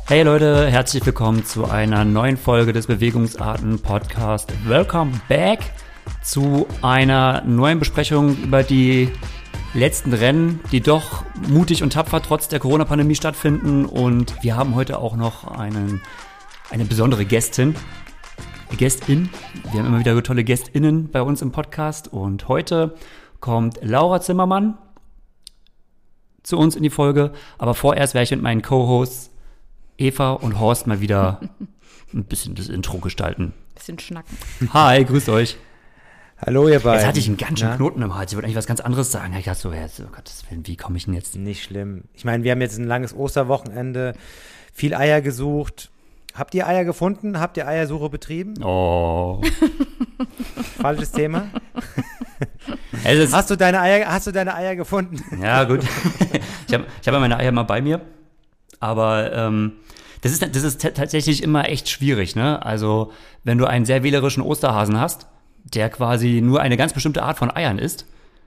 Hey Leute, herzlich willkommen zu einer neuen Folge des Bewegungsarten-Podcast. Welcome back zu einer neuen Besprechung über die letzten Rennen, die doch mutig und tapfer trotz der Corona-Pandemie stattfinden. Und wir haben heute auch noch eine besondere Gästin. Gästin. Wir haben immer wieder tolle GästInnen bei uns im Podcast. Und heute kommt Laura Zimmermann zu uns in die Folge. Aber vorerst werde ich mit meinen Co-Hosts Eva und Horst mal wieder ein bisschen das Intro gestalten. Bisschen schnacken. Hi, grüßt euch. Hallo ihr beiden. Jetzt hatte ich einen ganz schönen Knoten im Hals. Ich wollte eigentlich was ganz anderes sagen. Ich dachte so, oh Gottes Willen, wie komme ich denn jetzt? Nicht schlimm. Ich meine, wir haben jetzt ein langes Osterwochenende, viel Eier gesucht. Habt ihr Eier gefunden? Habt ihr Eiersuche betrieben? Oh. Falsches Thema. Hast du deine Eier gefunden? Ja, gut. Ich hab ja meine Eier mal bei mir. Aber das ist tatsächlich immer echt schwierig, ne? Also, wenn du einen sehr wählerischen Osterhasen hast, der quasi nur eine ganz bestimmte Art von Eiern isst.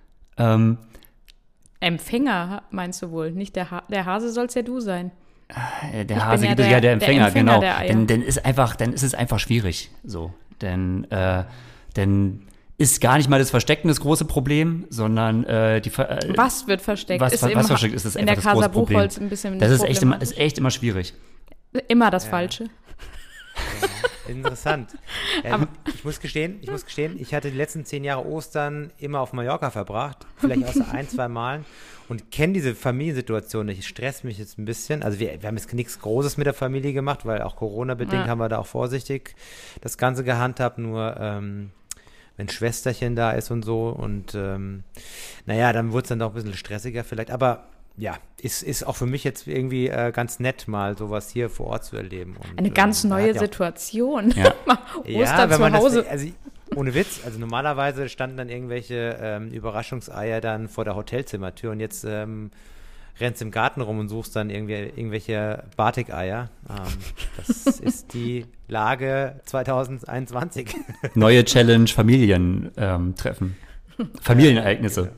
Empfänger meinst du wohl? Nicht der Hase soll es ja du sein. Der Hase gibt es ja der Empfänger, genau. Der Eier. Dann ist es einfach schwierig. So. Denn ist gar nicht mal das Verstecken das große Problem, sondern was wird versteckt? Was versteckt ist das in einfach der das große Casa Problem. Buchholz ein bisschen Das ist echt immer schwierig. Immer das Falsche. Ja, interessant. Ja, ich muss gestehen, ich hatte die letzten 10 Jahre Ostern immer auf Mallorca verbracht, vielleicht außer 1-2 Malen und kenne diese Familiensituation nicht. Es stresst mich jetzt ein bisschen. Also wir haben jetzt nichts Großes mit der Familie gemacht, weil auch Corona-bedingt haben wir da auch vorsichtig das Ganze gehandhabt, nur wenn Schwesterchen da ist und so und dann wurde es dann doch ein bisschen stressiger vielleicht, aber ja, ist auch für mich jetzt irgendwie ganz nett, mal sowas hier vor Ort zu erleben. Und, eine ganz neue Situation. Ja. Ostern zu Hause. Ohne Witz, also normalerweise standen dann irgendwelche Überraschungseier dann vor der Hotelzimmertür und jetzt rennst im Garten rum und suchst dann irgendwelche Batik-Eier. Das ist die Lage 2021. Neue Challenge, Familientreffen. Familienereignisse.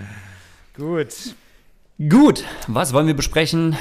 Gut, was wollen wir besprechen?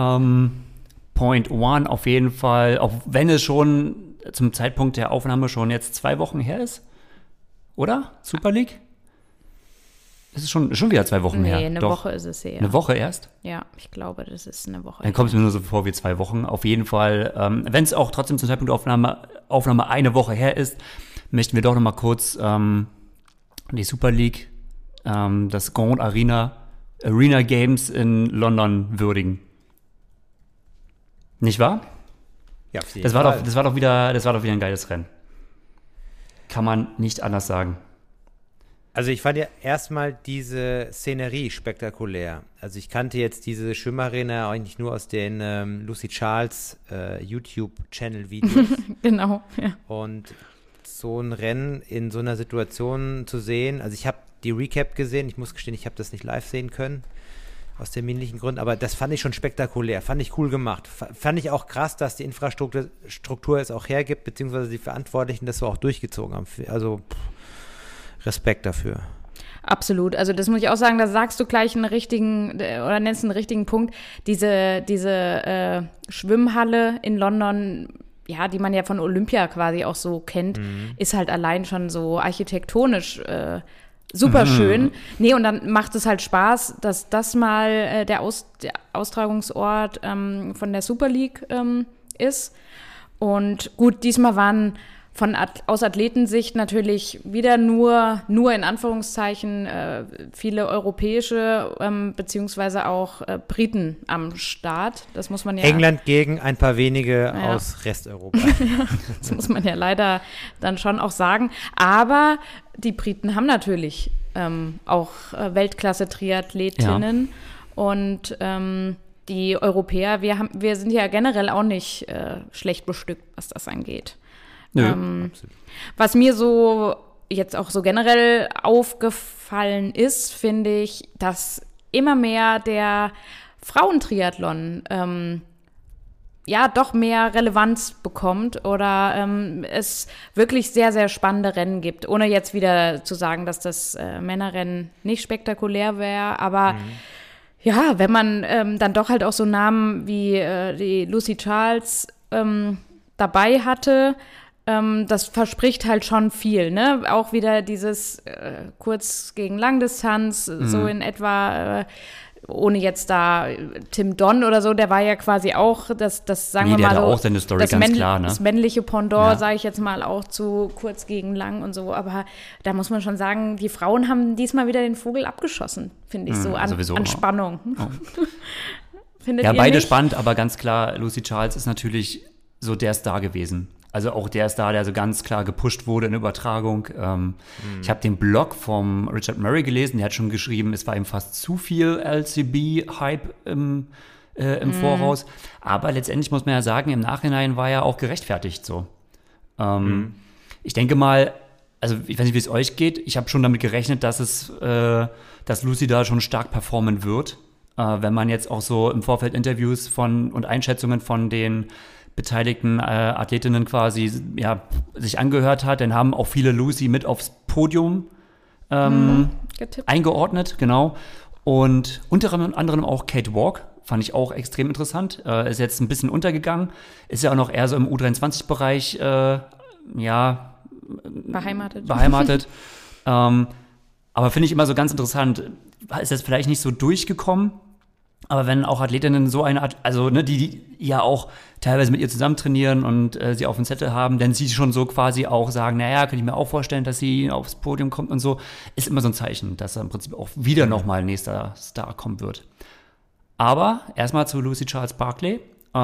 Point 1 auf jeden Fall, auch wenn es schon zum Zeitpunkt der Aufnahme schon jetzt 2 Wochen her ist, oder? Super League? Ist es schon wieder 2 Wochen her? Nee, eine Woche ist es her. Eine Woche erst? Ja, ich glaube, das ist eine Woche. Dann kommt es mir nur so vor wie 2 Wochen. Auf jeden Fall, wenn es auch trotzdem zum Zeitpunkt der Aufnahme eine Woche her ist, möchten wir doch noch mal kurz die Super League, das Grand Arena Games in London würdigen. Nicht wahr? Ja, auf jeden das Fall. war doch wieder ein geiles Rennen. Kann man nicht anders sagen. Also ich fand ja erstmal diese Szenerie spektakulär. Also ich kannte jetzt diese Schwimmarena eigentlich nur aus den Lucy Charles YouTube-Channel-Videos. Genau, ja. Und so ein Rennen in so einer Situation zu sehen, also ich habe die Recap gesehen, ich muss gestehen, ich habe das nicht live sehen können, aus terminlichen Gründen, aber das fand ich schon spektakulär, fand ich cool gemacht. Fand ich auch krass, dass die Infrastruktur es auch hergibt, beziehungsweise die Verantwortlichen das so auch durchgezogen haben. Also Respekt dafür. Absolut, also das muss ich auch sagen, da sagst du gleich nennst einen richtigen Punkt. Diese Schwimmhalle in London, ja, die man ja von Olympia quasi auch so kennt, ist halt allein schon so architektonisch super schön. Nee, und dann macht es halt Spaß, dass das mal der Austragungsort von der Super League ist. Und gut, diesmal waren aus Athletensicht natürlich wieder nur in Anführungszeichen viele europäische beziehungsweise auch Briten am Start. Das muss man ja. England gegen ein paar wenige aus Resteuropa. Das muss man ja leider dann schon auch sagen. Aber die Briten haben natürlich auch Weltklasse-Triathletinnen und die Europäer, wir sind ja generell auch nicht schlecht bestückt, was das angeht. Was mir so jetzt auch so generell aufgefallen ist, finde ich, dass immer mehr der Frauentriathlon doch mehr Relevanz bekommt oder es wirklich sehr, sehr spannende Rennen gibt. Ohne jetzt wieder zu sagen, dass das Männerrennen nicht spektakulär wäre, aber Ja, wenn man dann doch halt auch so Namen wie die Lucy Charles dabei hatte, das verspricht halt schon viel, ne? Auch wieder dieses Kurz gegen Langdistanz, so in etwa, ohne jetzt da Tim Don oder so, der war ja quasi auch, das sagen wir mal so, auch seine Story, ganz klar, ne? Das männliche Pendant, sage ich jetzt mal, auch zu Kurz gegen Lang und so, aber da muss man schon sagen, die Frauen haben diesmal wieder den Vogel abgeschossen, finde ich, so an Spannung. Oh. Findet ja, ihr beide nicht? spannend, aber ganz klar, Lucy Charles ist natürlich so der Star gewesen. Also auch der Star, der so ganz klar gepusht wurde in der Übertragung. Ich habe den Blog vom Richard Murray gelesen, der hat schon geschrieben, es war ihm fast zu viel LCB-Hype im Voraus. Aber letztendlich muss man ja sagen, im Nachhinein war er auch gerechtfertigt so. Ich denke mal, also ich weiß nicht, wie es euch geht, ich habe schon damit gerechnet, dass Lucy da schon stark performen wird. Wenn man jetzt auch so im Vorfeld Interviews und Einschätzungen von den beteiligten Athletinnen quasi sich angehört hat, dann haben auch viele Lucy mit aufs Podium eingeordnet, genau. Und unter anderem auch Kate Walk, fand ich auch extrem interessant. Ist jetzt ein bisschen untergegangen, ist ja auch noch eher so im U23-Bereich beheimatet. Aber finde ich immer so ganz interessant, ist das vielleicht nicht so durchgekommen, aber wenn auch Athletinnen so eine Art, also ne, die ja auch teilweise mit ihr zusammen trainieren und sie auf dem Zettel haben, dann sie schon so quasi auch sagen, naja, kann ich mir auch vorstellen, dass sie aufs Podium kommt und so, ist immer so ein Zeichen, dass da im Prinzip auch wieder nochmal ein nächster Star kommen wird. Aber erstmal zu Lucy Charles Barclay.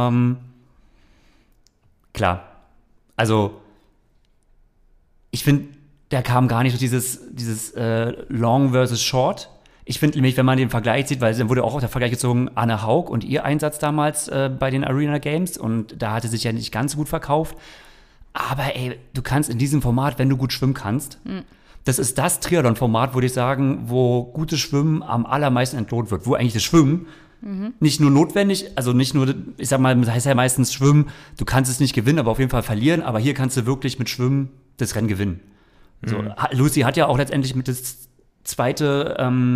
Klar, also ich finde, da kam gar nicht so dieses Long versus Short. Ich finde nämlich, wenn man den Vergleich sieht, weil dann wurde auch der Vergleich gezogen, Anne Haug und ihr Einsatz damals bei den Arena Games und da hatte sich ja nicht ganz so gut verkauft. Aber ey, du kannst in diesem Format, wenn du gut schwimmen kannst, das ist das Triathlon-Format, würde ich sagen, wo gutes Schwimmen am allermeisten entlohnt wird, wo eigentlich das Schwimmen nicht nur notwendig, also nicht nur, ich sag mal, das heißt ja meistens Schwimmen, du kannst es nicht gewinnen, aber auf jeden Fall verlieren, aber hier kannst du wirklich mit Schwimmen das Rennen gewinnen. So, Lucy hat ja auch letztendlich mit das zweite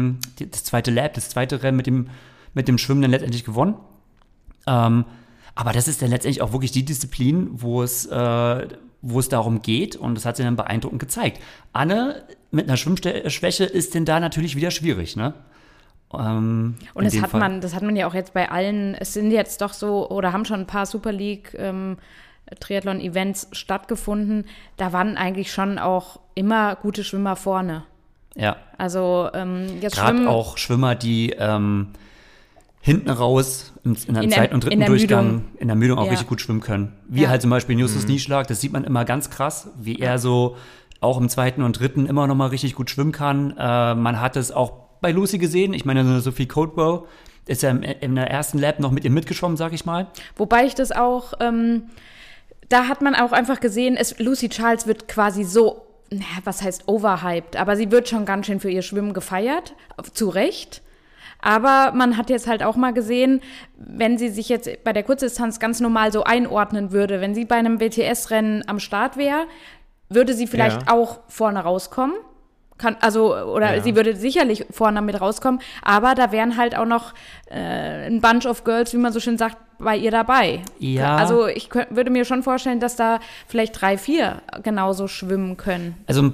Rennen mit dem Schwimmen dann letztendlich gewonnen. Aber das ist dann letztendlich auch wirklich die Disziplin, wo es darum geht und das hat sie dann beeindruckend gezeigt. Anne mit einer Schwimmschwäche ist denn da natürlich wieder schwierig, ne? Und das hat man ja auch jetzt bei allen, es sind jetzt doch so, oder haben schon ein paar Super League Triathlon-Events stattgefunden, da waren eigentlich schon auch immer gute Schwimmer vorne. Ja. Also jetzt gerade auch Schwimmer, die hinten raus in einem zweiten und dritten Durchgang in der Mündung auch richtig gut schwimmen können. Wie halt zum Beispiel Justus Nieschlag, das sieht man immer ganz krass, wie er so auch im zweiten und dritten immer noch mal richtig gut schwimmen kann. Man hat es auch bei Lucy gesehen. Ich meine, Sophie Coldwell ist ja in der ersten Lap noch mit ihr mitgeschwommen, sag ich mal. Wobei ich das auch, da hat man auch einfach gesehen, Lucy Charles wird quasi so, was heißt overhyped, aber sie wird schon ganz schön für ihr Schwimmen gefeiert, zu Recht. Aber man hat jetzt halt auch mal gesehen, wenn sie sich jetzt bei der Kurzdistanz ganz normal so einordnen würde, wenn sie bei einem WTS-Rennen am Start wäre, würde sie vielleicht auch vorne rauskommen. Sie würde sicherlich vorne mit rauskommen, aber da wären halt auch noch ein Bunch of Girls, wie man so schön sagt, bei ihr dabei. Ja. Also ich würde mir schon vorstellen, dass da vielleicht 3, 4 genauso schwimmen können. Also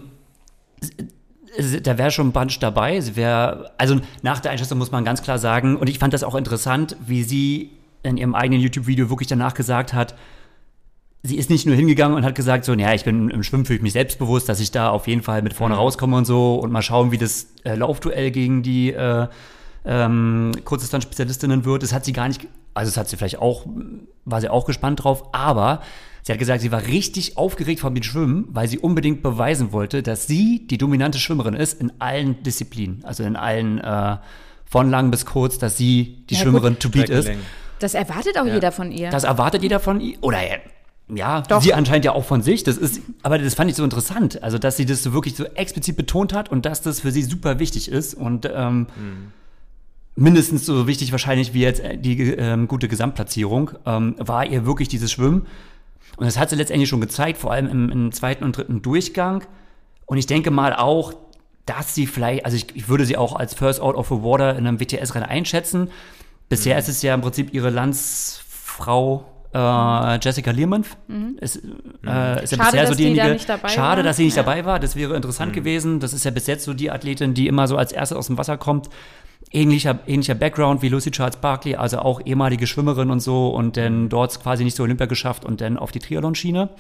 da wäre schon ein Bunch dabei. Also nach der Einschätzung muss man ganz klar sagen, und ich fand das auch interessant, wie sie in ihrem eigenen YouTube-Video wirklich danach gesagt hat, sie ist nicht nur hingegangen und hat gesagt, so, naja, ich bin im Schwimmen, fühle ich mich selbstbewusst, dass ich da auf jeden Fall mit vorne rauskomme und so und mal schauen, wie das Laufduell gegen die Kurzdistanz-Spezialistinnen wird. Das hat sie gar nicht, also das hat sie vielleicht auch, war sie auch gespannt drauf, aber sie hat gesagt, sie war richtig aufgeregt vor dem Schwimmen, weil sie unbedingt beweisen wollte, dass sie die dominante Schwimmerin ist in allen Disziplinen, also in allen von lang bis kurz, dass sie die Schwimmerin to beat ist. Das erwartet auch jeder von ihr. Das erwartet jeder von ihr, oder ja, doch. Sie anscheinend ja auch von sich. Aber das fand ich so interessant. Also, dass sie das so wirklich so explizit betont hat und dass das für sie super wichtig ist und mindestens so wichtig wahrscheinlich wie jetzt die gute Gesamtplatzierung, war ihr wirklich dieses Schwimmen. Und das hat sie letztendlich schon gezeigt, vor allem im zweiten und dritten Durchgang. Und ich denke mal auch, dass sie vielleicht, also ich würde sie auch als First Out of the Water in einem WTS-Rennen einschätzen. Bisher ist es ja im Prinzip ihre Landsfrau Jessica Learmonth. Ist ja bisher so diejenige. Schade, dass sie nicht dabei war. Das wäre interessant gewesen. Das ist ja bis jetzt so die Athletin, die immer so als Erste aus dem Wasser kommt. Ähnlicher Background wie Lucy Charles Barkley, also auch ehemalige Schwimmerin und so und dann dort quasi nicht so Olympia geschafft und dann auf die Triathlon-Schiene.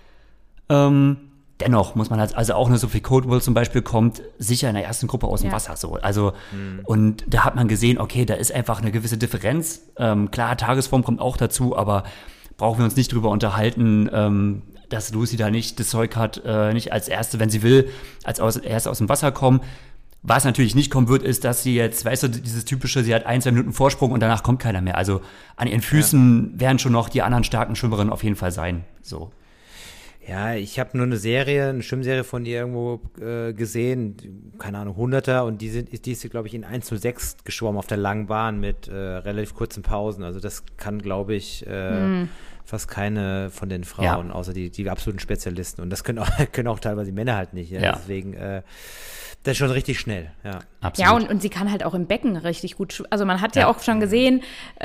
Dennoch muss man halt, also auch eine Sophie Coldwell zum Beispiel kommt sicher in der ersten Gruppe aus dem Wasser so. Also, und da hat man gesehen, okay, da ist einfach eine gewisse Differenz. Klar, Tagesform kommt auch dazu, aber brauchen wir uns nicht drüber unterhalten, dass Lucy da nicht das Zeug hat, nicht als Erste, wenn sie will, als Erste aus dem Wasser kommen. Was natürlich nicht kommen wird, ist, dass sie jetzt, weißt du, dieses typische, sie hat 1-2 Minuten Vorsprung und danach kommt keiner mehr. Also an ihren Füßen werden schon noch die anderen starken Schwimmerinnen auf jeden Fall sein. So. Ja, ich habe nur eine Schwimmserie von ihr irgendwo gesehen, keine Ahnung, 100er und die ist, glaube ich, in 1:06 geschwommen auf der langen Bahn mit relativ kurzen Pausen. Also das kann, glaube ich, fast keine von den Frauen, außer die absoluten Spezialisten. Und das können auch teilweise die Männer halt nicht. Ja? Deswegen, das ist schon richtig schnell. Ja, absolut. Ja, und sie kann halt auch im Becken richtig gut also man hat ja auch schon gesehen,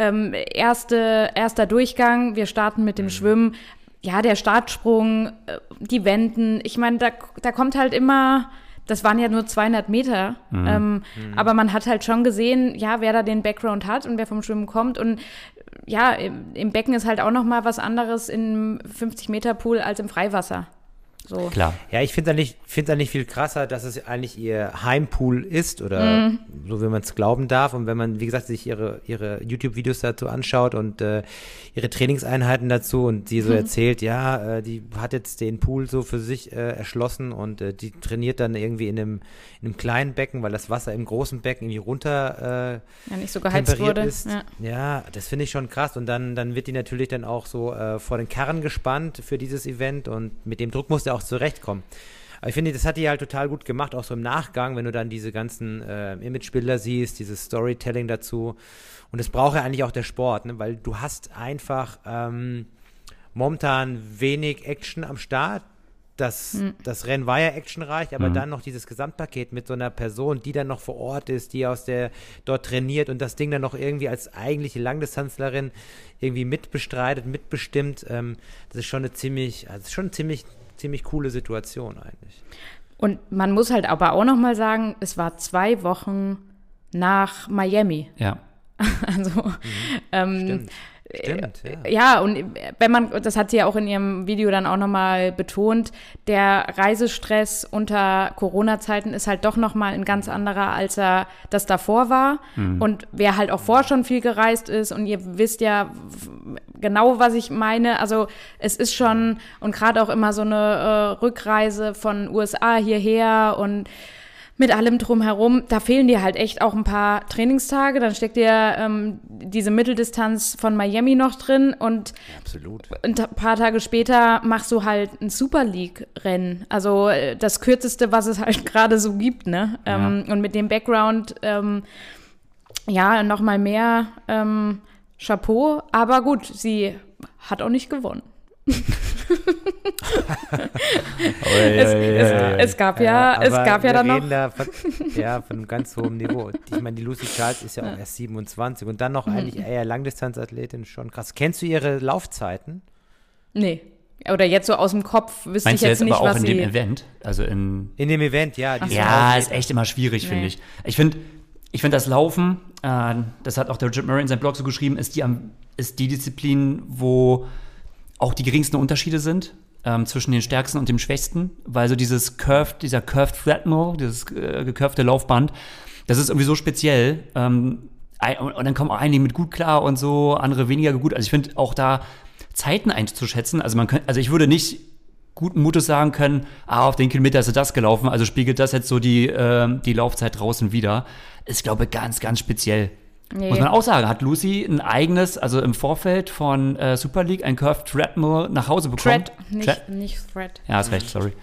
erster Durchgang, wir starten mit dem Schwimmen. Ja, der Startsprung, die Wenden, ich meine, da kommt halt immer, das waren ja nur 200 Meter, aber man hat halt schon gesehen, ja, wer da den Background hat und wer vom Schwimmen kommt und ja, im Becken ist halt auch noch mal was anderes im 50-Meter-Pool als im Freiwasser. So. Klar. Ja, ich finde da nicht viel krasser, dass es eigentlich ihr Heimpool ist oder so, wie man es glauben darf. Und wenn man, wie gesagt, sich ihre YouTube-Videos dazu anschaut und ihre Trainingseinheiten dazu und sie so erzählt, die hat jetzt den Pool so für sich erschlossen und die trainiert dann irgendwie in einem kleinen Becken, weil das Wasser im großen Becken irgendwie runter nicht so geheizt wurde. Ist. Ja, das finde ich schon krass. Und dann wird die natürlich dann auch so vor den Karren gespannt für dieses Event und mit dem Druck muss der auch zurechtkommen. Aber ich finde, das hat die halt total gut gemacht, auch so im Nachgang, wenn du dann diese ganzen Imagebilder siehst, dieses Storytelling dazu. Und das braucht ja eigentlich auch der Sport, ne? Weil du hast einfach momentan wenig Action am Start. Das Rennen war ja actionreich, aber dann noch dieses Gesamtpaket mit so einer Person, die dann noch vor Ort ist, die dort trainiert und das Ding dann noch irgendwie als eigentliche Langdistanzlerin irgendwie mitbestreitet, mitbestimmt. Das ist schon eine ziemlich coole Situation eigentlich. Und man muss halt aber auch noch mal sagen, es war 2 Wochen nach Miami. Ja. Also, Stimmt, ja. Ja, und wenn man, das hat sie ja auch in ihrem Video dann auch nochmal betont, der Reisestress unter Corona-Zeiten ist halt doch nochmal ein ganz anderer, als er das davor war. Und wer halt auch vorher schon viel gereist ist und ihr wisst ja genau, was ich meine, also es ist schon, und gerade auch immer so eine Rückreise von USA hierher und mit allem drumherum, da fehlen dir halt echt auch ein paar Trainingstage, dann steckt dir diese Mitteldistanz von Miami noch drin und absolut. Ein paar Tage später machst du halt ein Super League-Rennen, also das kürzeste, was es halt gerade so gibt, ne? Und mit dem Background, noch mal mehr Chapeau, aber gut, sie hat auch nicht gewonnen. Es gab ja dann noch. Da von einem ganz hohem Niveau. Ich meine, die Lucy Charles ist ja auch erst 27 und dann noch eigentlich eher Langdistanzathletin, schon krass. Kennst du ihre Laufzeiten? Nee. Oder jetzt so aus dem Kopf wüsste ich jetzt nicht, was sie... Meinst du jetzt aber auch in dem Event? Also in dem Event, ja. Ist echt immer schwierig, finde ich. Ich finde das Laufen, das hat auch der Jim Murray in seinem Blog so geschrieben, ist die Disziplin, wo auch die geringsten Unterschiede sind zwischen den Stärksten und dem Schwächsten, weil so dieser Curved Treadmill, dieses gecurvte Laufband, das ist irgendwie so speziell. Und dann kommen auch einige mit gut klar und so, andere weniger gut. Also ich finde auch da Zeiten einzuschätzen. Also ich würde nicht guten Mutes sagen können, auf den Kilometer ist das gelaufen, also spiegelt das jetzt so die Laufzeit draußen wider. Ist, glaube ich, ganz, ganz speziell. Nee. Muss man auch sagen, hat Lucy ein eigenes, also im Vorfeld von Super League, ein Curved Treadmill nach Hause bekommen. Nicht Thread. Ja, hast recht, sorry.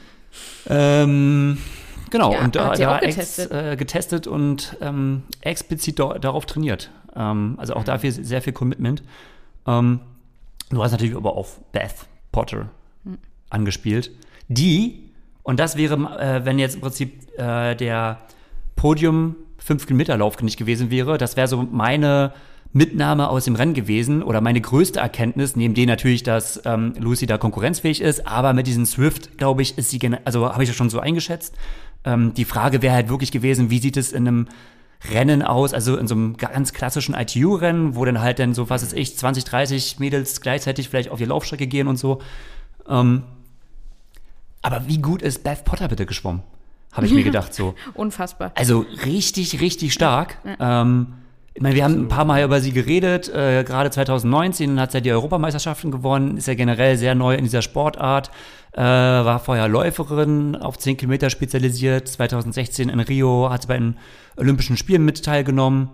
Genau, ja, und da getestet und explizit darauf trainiert. Also auch dafür sehr viel Commitment. Du hast natürlich aber auf Beth Potter angespielt, die Und das wäre, wenn jetzt im Prinzip der Podium 5-Kilometer-Lauf nicht gewesen wäre, das wäre so meine Mitnahme aus dem Rennen gewesen oder meine größte Erkenntnis, neben dem natürlich, dass Lucy da konkurrenzfähig ist, aber mit diesem Swift, glaube ich, ist sie, also habe ich das schon so eingeschätzt. Die Frage wäre halt wirklich gewesen, wie sieht es in einem Rennen aus, also in so einem ganz klassischen ITU-Rennen, wo dann halt dann so, was weiß ich, 20, 30 Mädels gleichzeitig vielleicht auf die Laufstrecke gehen und so. Aber wie gut ist Beth Potter bitte geschwommen? Habe ich mir gedacht so. Unfassbar. Also richtig, richtig stark. Ja. Ich meine, wir haben ein paar Mal über sie geredet. Gerade 2019 hat sie ja die Europameisterschaften gewonnen, ist ja generell sehr neu in dieser Sportart. War vorher Läuferin, auf 10 Kilometer spezialisiert. 2016 in Rio hat sie bei den Olympischen Spielen mit teilgenommen.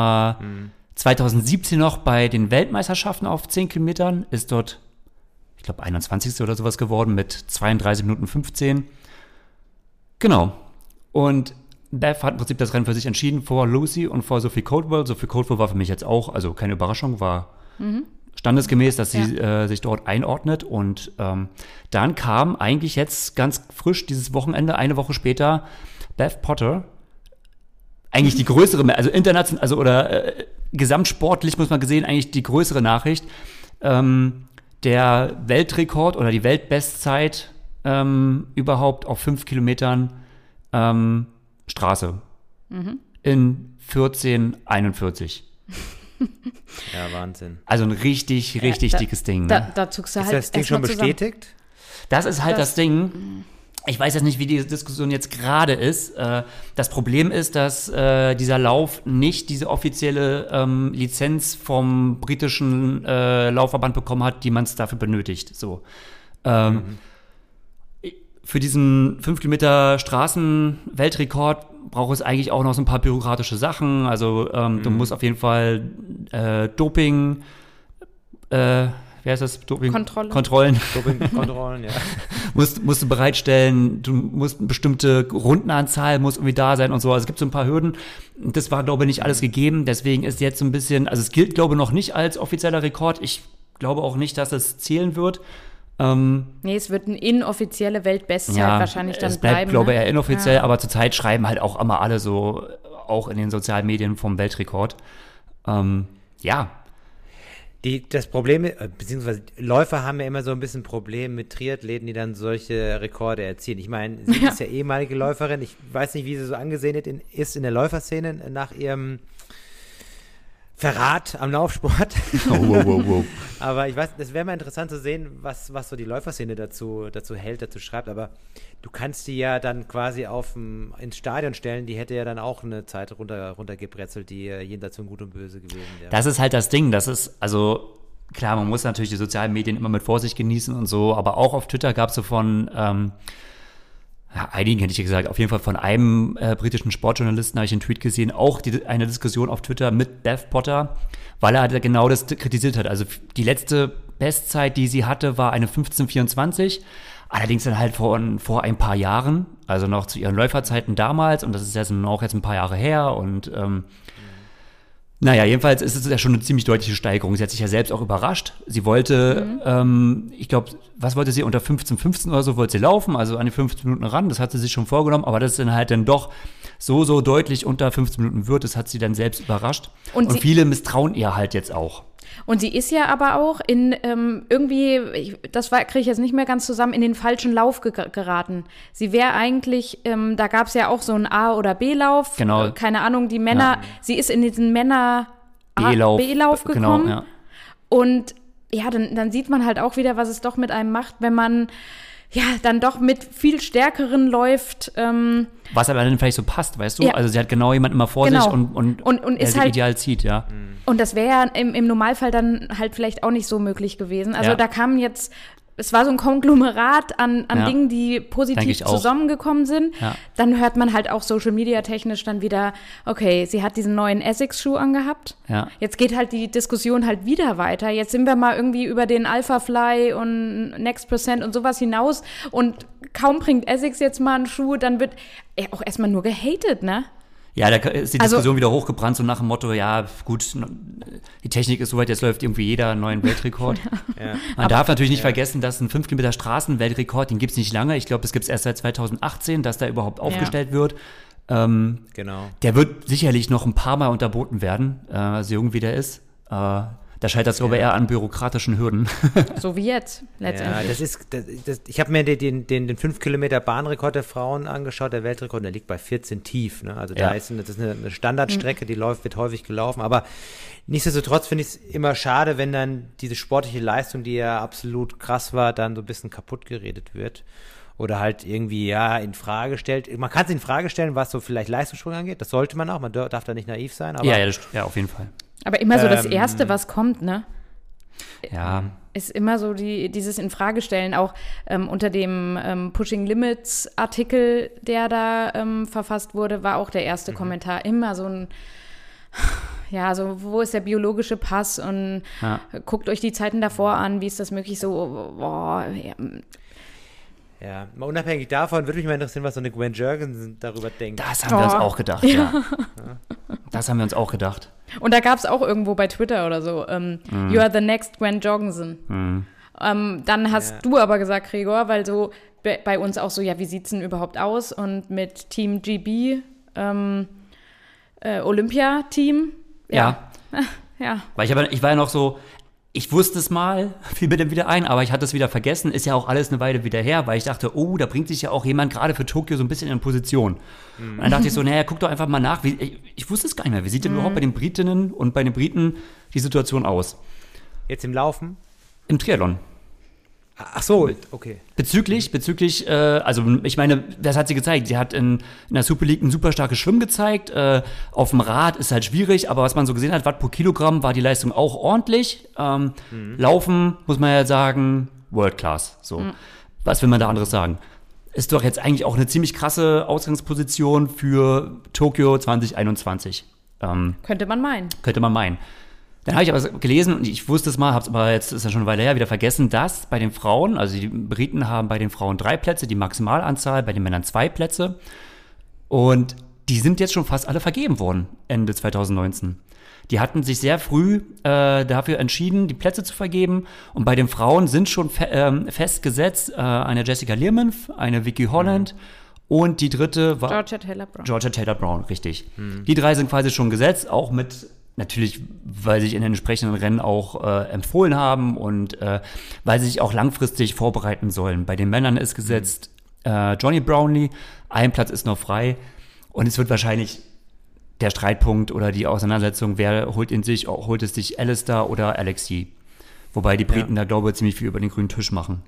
2017 noch bei den Weltmeisterschaften auf 10 Kilometern. Ist dort, ich glaube, 21. oder sowas geworden mit 32 Minuten 15. Genau. Und Beth hat im Prinzip das Rennen für sich entschieden vor Lucy und vor Sophie Coldwell. Sophie Coldwell war für mich jetzt auch, also keine Überraschung, war standesgemäß, dass sie sich dort einordnet. Und dann kam eigentlich jetzt ganz frisch dieses Wochenende, eine Woche später, Beth Potter. Eigentlich die größere, also international, also oder gesamtsportlich muss man gesehen, eigentlich die größere Nachricht. Der Weltrekord oder die Weltbestzeit überhaupt auf 5 Kilometern Straße in 14:41. Ja, Wahnsinn. Also ein richtig dickes Ding. Ne? Da zuckst du ist halt das Ding schon bestätigt? Das ist halt das Ding. Ich weiß jetzt nicht, wie die Diskussion jetzt gerade ist. Das Problem ist, dass dieser Lauf nicht diese offizielle Lizenz vom britischen Laufverband bekommen hat, die man es dafür benötigt. So. Für diesen 5 Kilometer Straßen-Weltrekord braucht es eigentlich auch noch so ein paar bürokratische Sachen. Also du musst auf jeden Fall Doping, wie heißt das? Kontrollen. Dopingkontrollen, ja. musst du bereitstellen, du musst eine bestimmte Rundenanzahl muss irgendwie da sein und so. Also es gibt so ein paar Hürden. Das war, glaube ich, nicht alles gegeben. Deswegen ist jetzt so ein bisschen, also es gilt, glaube ich, noch nicht als offizieller Rekord. Ich glaube auch nicht, dass es zählen wird. Nee, es wird eine inoffizielle Weltbestzeit wahrscheinlich dann bleiben. Es bleibt, glaube ich, eher inoffiziell, aber zurzeit schreiben halt auch immer alle so, auch in den sozialen Medien vom Weltrekord. Das Problem, beziehungsweise Läufer haben ja immer so ein bisschen Problem mit Triathleten, die dann solche Rekorde erzielen. Ich meine, sie ist ja ehemalige Läuferin. Ich weiß nicht, wie sie so angesehen ist in der Läuferszene nach ihrem Verrat am Laufsport. Wow. Aber ich weiß, das wäre mal interessant zu sehen, was so die Läuferszene dazu hält, dazu schreibt. Aber du kannst die ja dann quasi ins Stadion stellen. Die hätte ja dann auch eine Zeit runtergebrezelt, die jenseits von Gut und Böse gewesen wäre. Das ist halt das Ding. Das ist, also klar, man muss natürlich die sozialen Medien immer mit Vorsicht genießen und so. Aber auch auf Twitter gab es so von einigen hätte ich gesagt, auf jeden Fall von einem britischen Sportjournalisten habe ich einen Tweet gesehen, auch eine Diskussion auf Twitter mit Beth Potter, weil er halt genau das kritisiert hat. Also die letzte Bestzeit, die sie hatte, war eine 15:24, allerdings dann halt vor ein paar Jahren, also noch zu ihren Läuferzeiten damals und das ist jetzt auch ein paar Jahre her und naja, jedenfalls ist es ja schon eine ziemlich deutliche Steigerung. Sie hat sich ja selbst auch überrascht. Sie wollte, ich glaube, was wollte sie? Unter 15:15 oder so wollte sie laufen, also an die 15 Minuten ran. Das hat sie sich schon vorgenommen, aber das ist dann halt dann doch so deutlich unter 15 Minuten wird. Das hat sie dann selbst überrascht. Und viele misstrauen ihr halt jetzt auch. Und sie ist ja aber auch in irgendwie, kriege ich jetzt nicht mehr ganz zusammen, in den falschen Lauf geraten. Sie wäre eigentlich, da gab es ja auch so einen A- oder B-Lauf. Genau. Keine Ahnung, die Männer, sie ist in diesen Männer-B-Lauf gekommen. Genau, ja. Und ja, dann sieht man halt auch wieder, was es doch mit einem macht, wenn man ja dann doch mit viel Stärkeren läuft. Was aber dann vielleicht so passt, weißt du? Ja. Also sie hat genau jemanden immer vor sich und ist sie halt ideal zieht, ja. Und das wäre ja im Normalfall dann halt vielleicht auch nicht so möglich gewesen. Also da kamen jetzt, es war so ein Konglomerat an Dingen, die positiv zusammengekommen sind. Ja. Dann hört man halt auch Social-Media-technisch dann wieder, okay, sie hat diesen neuen Essex-Schuh angehabt. Ja. Jetzt geht halt die Diskussion halt wieder weiter. Jetzt sind wir mal irgendwie über den Alpha-Fly und Next Percent und sowas hinaus. Und kaum bringt Essex jetzt mal einen Schuh, dann wird er auch erstmal nur gehatet, ne? Ja, da ist die Diskussion wieder hochgebrannt, so nach dem Motto, ja, gut, die Technik ist soweit, jetzt läuft irgendwie jeder einen neuen Weltrekord. Ja. Man darf natürlich nicht vergessen, dass ein 5 Kilometer Straßenweltrekord, den gibt es nicht lange. Ich glaube, das gibt es erst seit 2018, dass da überhaupt aufgestellt wird. Genau. Der wird sicherlich noch ein paar Mal unterboten werden, so jung wie der ist. Da scheitert es aber eher an bürokratischen Hürden. So wie jetzt, letztendlich. Ja, ich habe mir den 5 Kilometer Bahnrekord der Frauen angeschaut, der Weltrekord, der liegt bei 14 tief. Ne? Also das ist eine Standardstrecke, die wird häufig gelaufen, aber nichtsdestotrotz finde ich es immer schade, wenn dann diese sportliche Leistung, die ja absolut krass war, dann so ein bisschen kaputt geredet wird. Oder halt irgendwie, in Frage stellt. Man kann es in Frage stellen, was so vielleicht Leistungssprung angeht. Das sollte man auch. Man darf da nicht naiv sein. Aber, ja, auf jeden Fall. Aber immer so das Erste, was kommt, ne? Ja. Ist immer so dieses In-Frage-Stellen, auch unter dem Pushing Limits Artikel, der da verfasst wurde, war auch der erste Kommentar. Immer so ein, so, wo ist der biologische Pass? Und guckt euch die Zeiten davor an, wie ist das möglich? So, Ja, mal unabhängig davon würde mich mal interessieren, was so eine Gwen Jurgensen darüber denkt. Das haben wir uns auch gedacht, ja. Das haben wir uns auch gedacht. Und da gab es auch irgendwo bei Twitter oder so, you are the next Gwen Jurgensen. Dann hast du aber gesagt, Gregor, weil so bei uns auch so, wie sieht's denn überhaupt aus? Und mit Team GB, Olympia-Team. Ja. Weil ich war ja noch so, ich wusste es mal, fiel mir dann wieder ein, aber ich hatte es wieder vergessen, ist ja auch alles eine Weile wieder her, weil ich dachte, da bringt sich ja auch jemand gerade für Tokio so ein bisschen in Position. Und dann dachte ich so, guck doch einfach mal nach, ich wusste es gar nicht mehr, wie sieht denn überhaupt bei den Britinnen und bei den Briten die Situation aus? Jetzt im Laufen? Im Triathlon. Ach so, okay. Bezüglich, also ich meine, das hat sie gezeigt. Sie hat in der Super League ein super starkes Schwimmen gezeigt. Auf dem Rad ist halt schwierig, aber was man so gesehen hat, Watt pro Kilogramm, war die Leistung auch ordentlich. Laufen, muss man ja sagen, World Class. So. Was will man da anderes sagen? Ist doch jetzt eigentlich auch eine ziemlich krasse Ausgangsposition für Tokio 2021. Könnte man meinen. Dann habe ich aber gelesen, und ich wusste es mal, habe es aber jetzt, ist ja schon eine Weile her, wieder vergessen, dass bei den Frauen, also die Briten haben bei den Frauen 3 Plätze, die Maximalanzahl, bei den Männern 2 Plätze. Und die sind jetzt schon fast alle vergeben worden, Ende 2019. Die hatten sich sehr früh dafür entschieden, die Plätze zu vergeben. Und bei den Frauen sind schon festgesetzt eine Jessica Learmonth, eine Vicky Holland und die dritte war Georgia Taylor-Brown, richtig. Die 3 sind quasi schon gesetzt, auch mit natürlich, weil sie sich in den entsprechenden Rennen auch empfohlen haben und weil sie sich auch langfristig vorbereiten sollen. Bei den Männern ist gesetzt Johnny Brownlee, ein Platz ist noch frei und es wird wahrscheinlich der Streitpunkt oder die Auseinandersetzung, wer holt es sich Alistair oder Alexi. Wobei die Briten da, glaube ich, ziemlich viel über den grünen Tisch machen.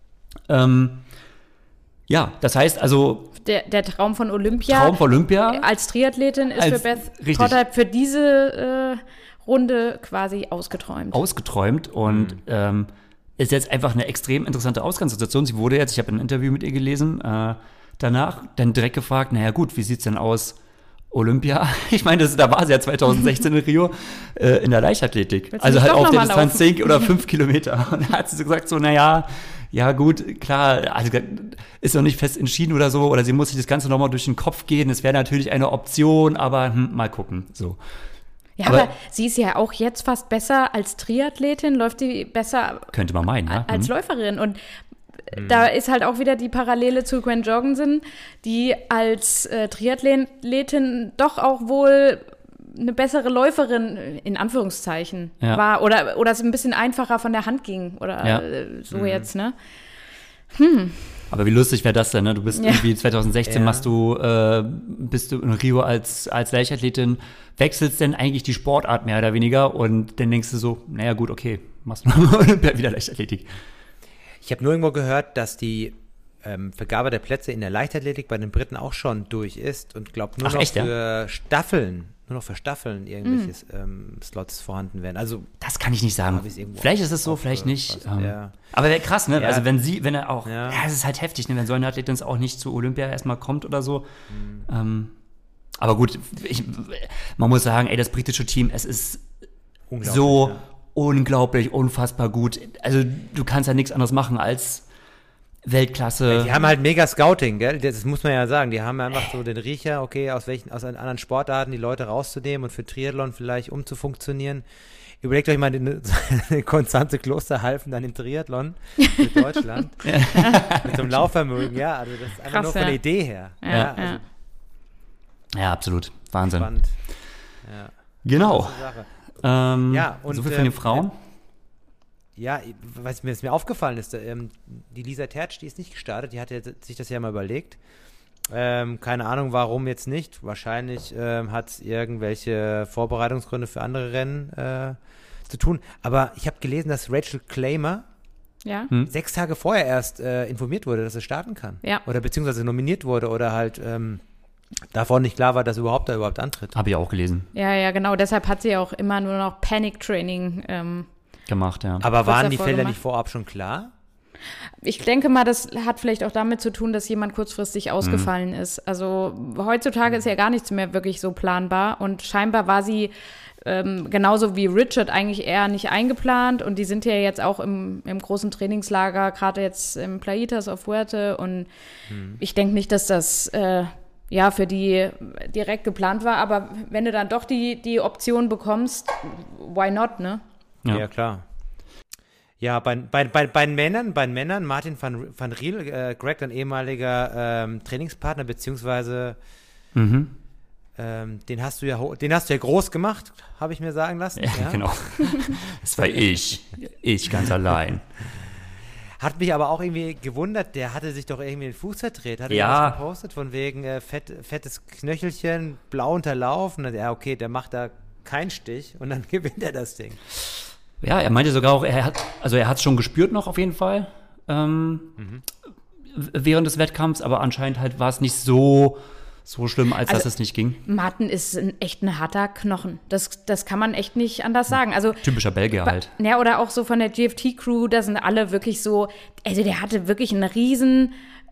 Das heißt also... Der Traum von Olympia als Triathletin ist für Beth Potter für diese Runde quasi ausgeträumt. Und ist jetzt einfach eine extrem interessante Ausgangssituation. Sie wurde jetzt, ich habe ein Interview mit ihr gelesen, danach dann direkt gefragt, naja gut, wie sieht's denn aus Olympia? Ich meine, da war sie ja 2016 in Rio in der Leichtathletik. Also halt auf der Distanz 10 oder 5 Kilometer. Und da hat sie so gesagt, so ja gut, klar, also ist noch nicht fest entschieden oder so, oder sie muss sich das Ganze nochmal durch den Kopf gehen, es wäre natürlich eine Option, aber mal gucken, so. Ja, aber sie ist ja auch jetzt fast besser als Triathletin, läuft sie besser könnte man meinen, ja. Als Läuferin und da ist halt auch wieder die Parallele zu Gwen Jorgensen, die als Triathletin doch auch wohl eine bessere Läuferin, in Anführungszeichen, war oder es ein bisschen einfacher von der Hand ging oder so jetzt, ne? Aber wie lustig wäre das denn, ne? Du bist irgendwie 2016 bist du in Rio als Leichtathletin, wechselst denn eigentlich die Sportart mehr oder weniger und dann denkst du so, naja gut, okay, machst du wieder Leichtathletik. Ich habe nur irgendwo gehört, dass die Vergabe der Plätze in der Leichtathletik bei den Briten auch schon durch ist und glaube nur noch für Staffeln irgendwelche Slots vorhanden werden. Also das kann ich nicht sagen. Vielleicht ist es so, vielleicht nicht. Aber wäre krass, ne? Ja. Also wenn er auch, es ist halt heftig, ne? Wenn so eine Athletin auch nicht zu Olympia erstmal kommt oder so. Aber gut, man muss sagen, das britische Team, es ist so unglaublich, unfassbar gut. Also du kannst ja nichts anderes machen als Weltklasse. Die haben halt mega Scouting, gell? Das muss man ja sagen. Die haben einfach so den Riecher, okay, aus anderen Sportarten die Leute rauszunehmen und für Triathlon vielleicht umzufunktionieren. Überlegt euch mal, eine Konstanze Klosterhalfen dann im Triathlon für Deutschland. Mit so einem Laufvermögen, ja. Also das ist einfach Krass, nur von der Idee her. Ja. Ja, absolut. Wahnsinn. Spannend. Ja. Genau. Ja, und so viel von den Frauen. Ja, was mir aufgefallen ist, die Lisa Tertsch, die ist nicht gestartet, die hatte sich das ja mal überlegt. Keine Ahnung, warum jetzt nicht. Wahrscheinlich hat es irgendwelche Vorbereitungsgründe für andere Rennen zu tun. Aber ich habe gelesen, dass Rachel Claimer 6 Tage vorher erst informiert wurde, dass er starten kann. Ja. Oder beziehungsweise nominiert wurde oder halt davon nicht klar war, dass er überhaupt antritt. Habe ich auch gelesen. Ja, genau. Deshalb hat sie auch immer nur noch Panic-Training gemacht, ja. Aber waren die davor Felder gemacht. nicht vorab schon klar? Ich denke mal, das hat vielleicht auch damit zu tun, dass jemand kurzfristig ausgefallen ist. Also heutzutage ist ja gar nichts mehr wirklich so planbar und scheinbar war sie genauso wie Richard eigentlich eher nicht eingeplant und die sind ja jetzt auch im großen Trainingslager, gerade jetzt im Playitas auf Fuerte und ich denke nicht, dass das für die direkt geplant war, aber wenn du dann doch die Option bekommst, why not, ne? Ja, klar. Ja, bei den Männern, Martin van Riel, Greg, dein ehemaliger Trainingspartner, beziehungsweise den hast du ja groß gemacht, habe ich mir sagen lassen. Ja, genau. Das war ich ganz allein. Hat mich aber auch irgendwie gewundert, der hatte sich doch irgendwie den Fuß verdreht. Hat er was gepostet von wegen fettes Knöchelchen, blau unterlaufen. Ja, okay, der macht da keinen Stich und dann gewinnt er das Ding. Ja, er meinte sogar auch, er hat es schon gespürt noch auf jeden Fall während des Wettkampfs, aber anscheinend halt war es nicht so schlimm, als dass es nicht ging. Martin ist echt ein harter Knochen. Das kann man echt nicht anders sagen. Also typischer Belgier halt. Ja, oder auch so von der GFT-Crew, da sind alle wirklich so, also der hatte wirklich einen riesen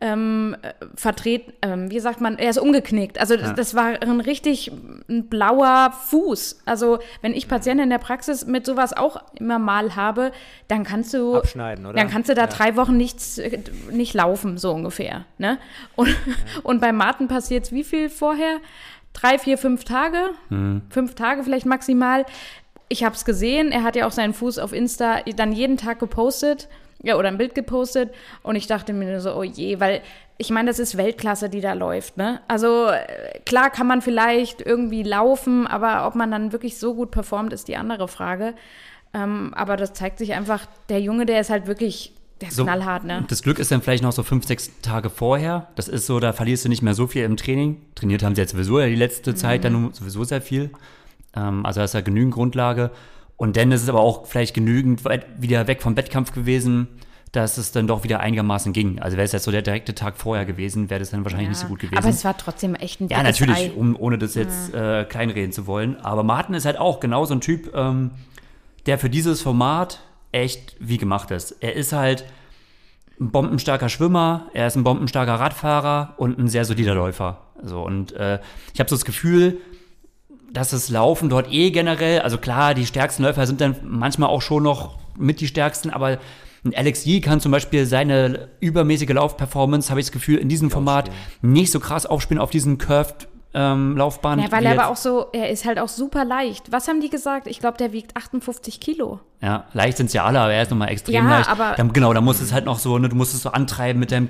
wie sagt man, er ist umgeknickt. Also das war ein blauer Fuß. Also wenn ich Patienten in der Praxis mit sowas auch immer mal habe, dann kannst du abschneiden, oder? Dann kannst du da 3 Wochen nicht laufen, so ungefähr. Ne? Und bei Martin passiert es wie viel vorher? 3, 4, 5 Tage? 5 Tage vielleicht maximal. Ich habe es gesehen, er hat ja auch seinen Fuß auf Insta dann jeden Tag gepostet. Ja, oder ein Bild gepostet und ich dachte mir so, oh je, weil ich meine, das ist Weltklasse, die da läuft, ne? Also klar kann man vielleicht irgendwie laufen, aber ob man dann wirklich so gut performt, ist die andere Frage. Aber das zeigt sich einfach, der Junge, der ist halt wirklich, der ist knallhart, ne? Das Glück ist dann vielleicht noch so 5, 6 Tage vorher. Das ist so, da verlierst du nicht mehr so viel im Training. Trainiert haben sie jetzt sowieso die letzte Zeit dann sowieso sehr viel. Also da ist ja genügend Grundlage. Und dann ist es aber auch vielleicht genügend wieder weg vom Wettkampf gewesen, dass es dann doch wieder einigermaßen ging. Also wäre es jetzt so der direkte Tag vorher gewesen, wäre das dann wahrscheinlich nicht so gut gewesen. Aber es war trotzdem echt ein dickes Ja, natürlich, Ei. ohne das jetzt kleinreden zu wollen. Aber Martin ist halt auch genau so ein Typ, der für dieses Format echt wie gemacht ist. Er ist halt ein bombenstarker Schwimmer, er ist ein bombenstarker Radfahrer und ein sehr solider Läufer. So, und ich habe so das Gefühl, dass das Laufen dort generell, also klar, die stärksten Läufer sind dann manchmal auch schon noch mit die stärksten, aber ein Alex Yee kann zum Beispiel seine übermäßige Laufperformance, habe ich das Gefühl, in diesem Format nicht so krass aufspielen auf diesen Curved Laufbahn. Ja, weil er aber auch so, er ist halt auch super leicht. Was haben die gesagt? Ich glaube, der wiegt 58 Kilo. Ja, leicht sind es ja alle, aber er ist nochmal extrem leicht. Aber Genau, da musst du es halt noch so, ne, du musst es so antreiben mit deinem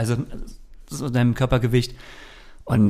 deinem Körpergewicht. Und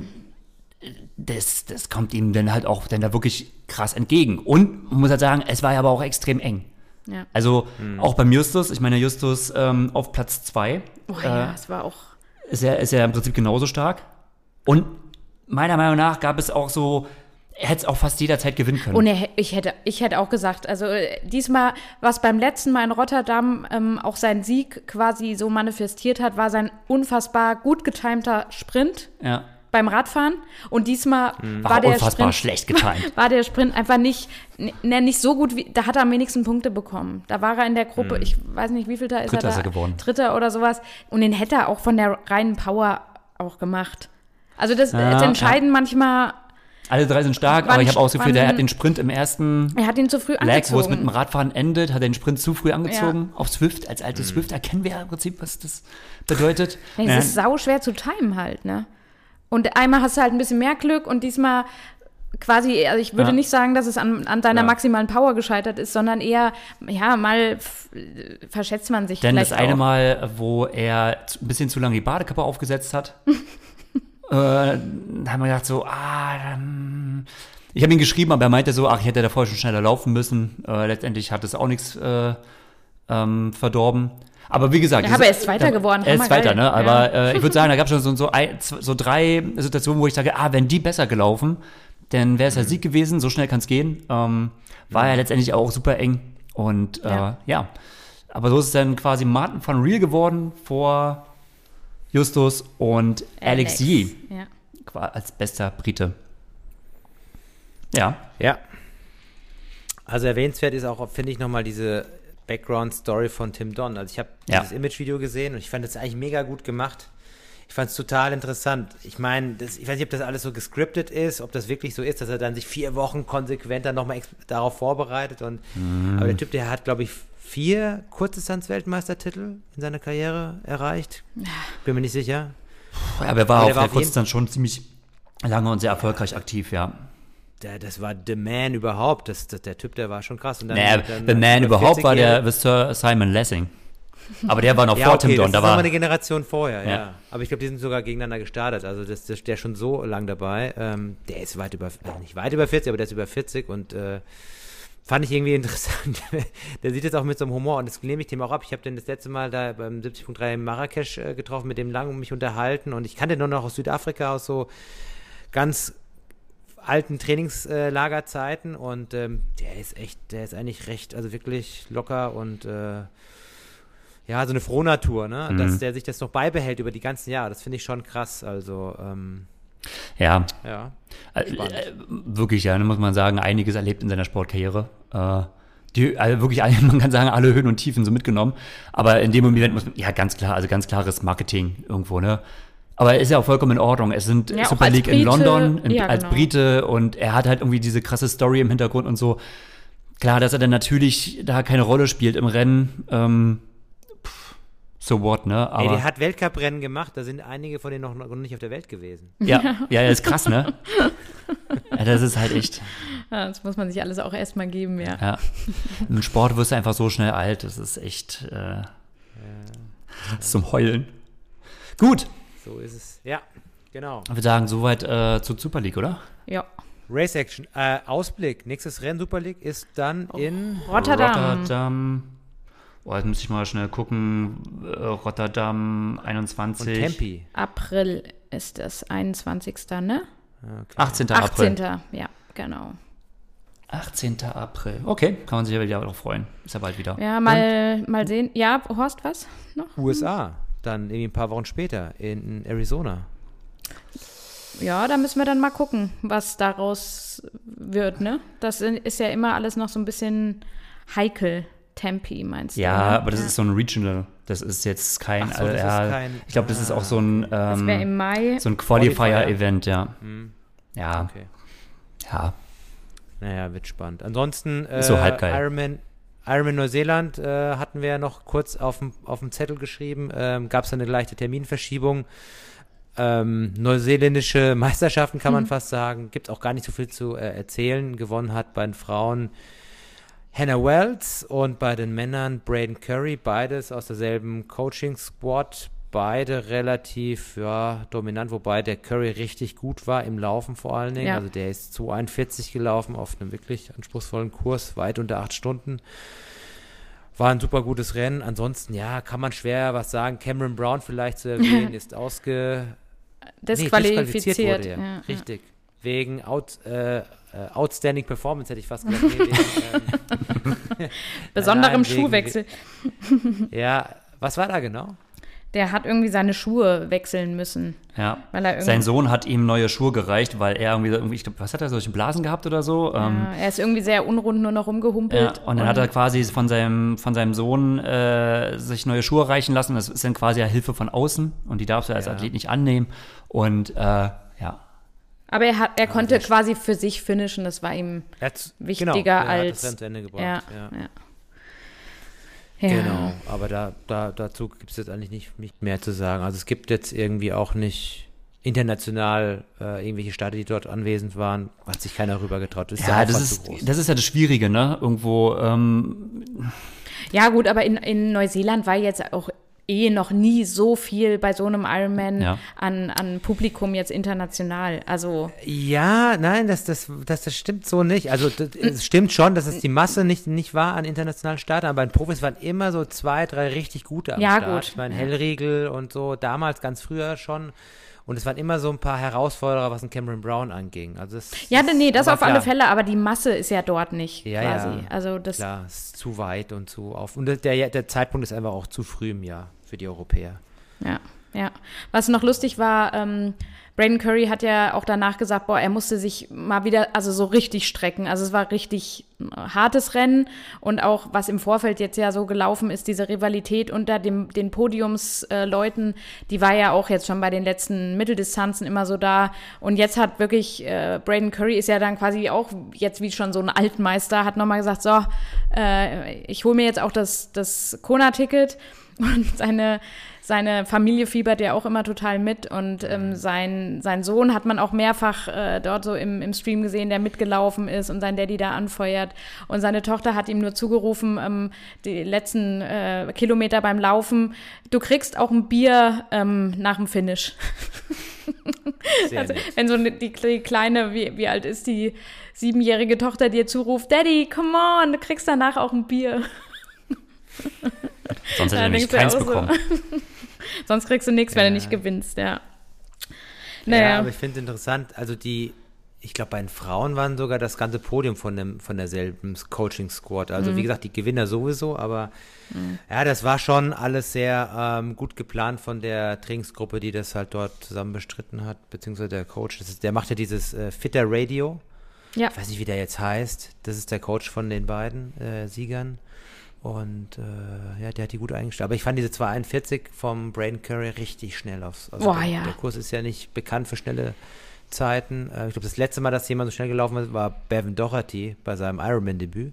das kommt ihm dann halt auch dann da wirklich krass entgegen. Und man muss halt sagen, es war ja aber auch extrem eng. Ja. Also auch beim Justus, ich meine Justus auf Platz 2. Oh ja, es war auch. Ist ja im Prinzip genauso stark. Und meiner Meinung nach gab es auch so, er hätte es auch fast jederzeit gewinnen können. Und ich hätte auch gesagt, also diesmal, was beim letzten Mal in Rotterdam auch seinen Sieg quasi so manifestiert hat, war sein unfassbar gut getimter Sprint. Ja. Beim Radfahren und diesmal war der unfassbar Sprint schlecht getimt. War der Sprint einfach nicht so gut, da hat er am wenigsten Punkte bekommen. Da war er in der Gruppe, ich weiß nicht, wie viel da ist Dritter er da? geworden. Dritter oder sowas. Und den hätte er auch von der reinen Power auch gemacht. Also das entscheiden manchmal. Alle drei sind stark, aber ich habe auch so viel, der hat den Sprint im ersten Er hat ihn zu früh Leg, angezogen. wo es mit dem Radfahren endet, hat er den Sprint zu früh angezogen. Auf Swift, als alte Swift erkennen wir ja im Prinzip, was das bedeutet. Es ist sau schwer zu timen halt, ne? Und einmal hast du halt ein bisschen mehr Glück und diesmal quasi, also ich würde nicht sagen, dass es an deiner maximalen Power gescheitert ist, sondern eher, mal verschätzt man sich Denn vielleicht das eine auch. Mal, wo er ein bisschen zu lange die Badekappe aufgesetzt hat, da haben wir gedacht so, ich habe ihn geschrieben, aber er meinte so, ich hätte davor schon schneller laufen müssen. Letztendlich hat es auch nichts verdorben. Aber wie gesagt, aber er ist Zweiter geworden. Er ist Zweiter, ne? Aber Ja. ich würde sagen, da gab es schon so drei Situationen, wo ich sage, wenn die besser gelaufen, dann wäre es der Sieg gewesen. So schnell kann es gehen. War ja letztendlich auch super eng. Und aber so ist es dann quasi Martin van Riel geworden vor Justus und Alex Yee als bester Brite. Ja. Ja. Also erwähnenswert ist auch, finde ich, nochmal diese Background-Story von Tim Don. Also ich habe dieses Image-Video gesehen und ich fand das eigentlich mega gut gemacht. Ich fand es total interessant. Ich meine, ich weiß nicht, ob das alles so gescriptet ist, ob das wirklich so ist, dass er dann sich 4 Wochen konsequent dann nochmal darauf vorbereitet. Aber der Typ, der hat, glaube ich, 4 Kurzdistanz-Weltmeistertitel in seiner Karriere erreicht. Bin mir nicht sicher. Aber er war auf der Kurzdistanz schon ziemlich lange und sehr erfolgreich aktiv, ja. Das war the man überhaupt. Der Typ, der war schon krass. Und dann, the man überhaupt war der Sir Simon Lessing. Aber der war noch vor Tim Don. Das war eine Generation vorher, ja. Aber ich glaube, die sind sogar gegeneinander gestartet. Also der ist schon so lang dabei. Der ist nicht weit über 40, aber der ist über 40 und fand ich irgendwie interessant. Der sieht jetzt auch mit so einem Humor und das nehme ich dem auch ab. Ich habe den das letzte Mal da beim 70.3 in Marrakesch getroffen, mit dem lang und mich unterhalten und ich kannte den nur noch aus Südafrika, aus so ganz alten Trainingslagerzeiten und der ist eigentlich recht, also wirklich locker und so eine Frohnatur, ne? Dass der sich das noch beibehält über die ganzen Jahre, das finde ich schon krass, also wirklich, muss man sagen, einiges erlebt in seiner Sportkarriere. Wirklich, man kann sagen, alle Höhen und Tiefen so mitgenommen, aber in dem Moment muss man, ganz klar, also ganz klares Marketing irgendwo, ne? Aber ist ja auch vollkommen in Ordnung. Es sind Super League in London als Brite und er hat halt irgendwie diese krasse Story im Hintergrund und so. Klar, dass er dann natürlich da keine Rolle spielt im Rennen, so what, ne? Aber der hat Weltcuprennen gemacht, da sind einige von denen noch nicht auf der Welt gewesen. Ja, ist krass, ne? Ja, das ist halt echt. Ja, das muss man sich alles auch erstmal geben, ja. Im Sport wirst du einfach so schnell alt, das ist echt das ist zum Heulen. Gut. So ist es. Ja, genau. Ich würde sagen, soweit zur Super League, oder? Ja. Race Action. Ausblick. Nächstes Rennen Super League ist dann in Rotterdam. Jetzt muss ich mal schnell gucken. Rotterdam 21. Und Tempi. April ist das 21. ne? Okay. 18. April. 18. Ja, genau. 18. April. Okay, kann man sich ja wieder darauf freuen. Ist ja bald wieder. Ja, mal sehen. Ja, Horst, was noch? USA. Dann irgendwie ein paar Wochen später in Arizona. Ja, da müssen wir dann mal gucken, was daraus wird, ne? Das ist ja immer alles noch so ein bisschen heikel. Tempi, meinst du? Ja, aber das ist so ein Regional. Das ist jetzt kein, das ist kein, ich glaube, das ist auch so ein das wäre im Mai. So ein Qualifier-Event, ja. Ja. Okay. Ja. Naja, wird spannend. Ansonsten ist so halb geil. Ironman Neuseeland hatten wir ja noch kurz auf dem Zettel geschrieben. Gab es eine leichte Terminverschiebung. Neuseeländische Meisterschaften kann man fast sagen. Gibt auch gar nicht so viel zu erzählen. Gewonnen hat bei den Frauen Hannah Wells und bei den Männern Braden Curry. Beides aus derselben Coaching-Squad. Beide relativ dominant, wobei der Curry richtig gut war im Laufen vor allen Dingen. Ja. Also der ist 2,41 gelaufen auf einem wirklich anspruchsvollen Kurs, weit unter 8 Stunden. War ein super gutes Rennen. Ansonsten, kann man schwer was sagen. Cameron Brown vielleicht zu erwähnen, ist disqualifiziert wurde er. Ja, richtig. Wegen Outstanding Performance, hätte ich fast gesagt. Wegen, besonderem Schuhwechsel. Was war da genau? Der hat irgendwie seine Schuhe wechseln müssen. Ja, sein Sohn hat ihm neue Schuhe gereicht, weil er irgendwie ich glaube, was hat er, solche Blasen gehabt oder so? Er ist irgendwie sehr unrund nur noch rumgehumpelt. Ja, und dann hat er quasi von seinem Sohn sich neue Schuhe reichen lassen. Das ist dann quasi Hilfe von außen und die darfst du als Athlet nicht annehmen. Und Aber er konnte quasi für sich finishen, das war ihm wichtiger als... Er hat das Rennen zu Ende gebracht, Ja. Genau, aber dazu gibt es jetzt eigentlich nicht mehr zu sagen. Also es gibt jetzt irgendwie auch nicht international irgendwelche Staaten, die dort anwesend waren, hat sich keiner rüber getraut. Das ist das ist ja das Schwierige, ne? Irgendwo. Ja gut, aber in Neuseeland war jetzt auch noch nie so viel bei so einem Ironman an Publikum jetzt international. Also ja, nein, das stimmt so nicht. Also es stimmt schon, dass es die Masse nicht war an internationalen Startern, aber bei den Profis waren immer so 2, 3 richtig gute am Start. Gut. Ich meine, Hellriegel und so, damals ganz früher schon. Und es waren immer so ein paar Herausforderer, was den Cameron Brown anging. Also das auf alle Fälle, aber die Masse ist ja dort nicht quasi. Ja, also das klar, es ist zu weit und zu auf. Und der Zeitpunkt ist einfach auch zu früh im Jahr für die Europäer. Ja. Was noch lustig war, Braden Curry hat ja auch danach gesagt, er musste sich mal wieder, also so richtig strecken. Also es war richtig ein hartes Rennen und auch, was im Vorfeld jetzt ja so gelaufen ist, diese Rivalität unter den Podiumsleuten, die war ja auch jetzt schon bei den letzten Mitteldistanzen immer so da. Und jetzt hat wirklich, Braden Curry ist ja dann quasi auch jetzt wie schon so ein Altmeister, hat nochmal gesagt, so, ich hole mir jetzt auch das Kona-Ticket. Und seine Familie fiebert ja auch immer total mit und sein Sohn hat man auch mehrfach dort so im Stream gesehen, der mitgelaufen ist und sein Daddy da anfeuert. Und seine Tochter hat ihm nur zugerufen, die letzten Kilometer beim Laufen, du kriegst auch ein Bier nach dem Finish. Also, wenn so die kleine, wie alt ist die 7-jährige Tochter dir zuruft, Daddy, come on, du kriegst danach auch ein Bier. Sonst hätte er nämlich keins bekommen. Sonst kriegst du nichts, wenn du nicht gewinnst, ja. Naja. Ja, aber ich finde interessant, also ich glaube, bei den Frauen waren sogar das ganze Podium von derselben Coaching-Squad. Also wie gesagt, die Gewinner sowieso, aber ja, das war schon alles sehr gut geplant von der Trainingsgruppe, die das halt dort zusammen bestritten hat, beziehungsweise der Coach. Der macht ja dieses Fitter Radio. Ja. Ich weiß nicht, wie der jetzt heißt. Das ist der Coach von den beiden Siegern. Und der hat die gut eingestellt. Aber ich fand diese 2,41 vom Braden Curry richtig schnell der Kurs ist ja nicht bekannt für schnelle Zeiten. Ich glaube, das letzte Mal, dass jemand so schnell gelaufen ist, war Bevan Doherty bei seinem Ironman-Debüt.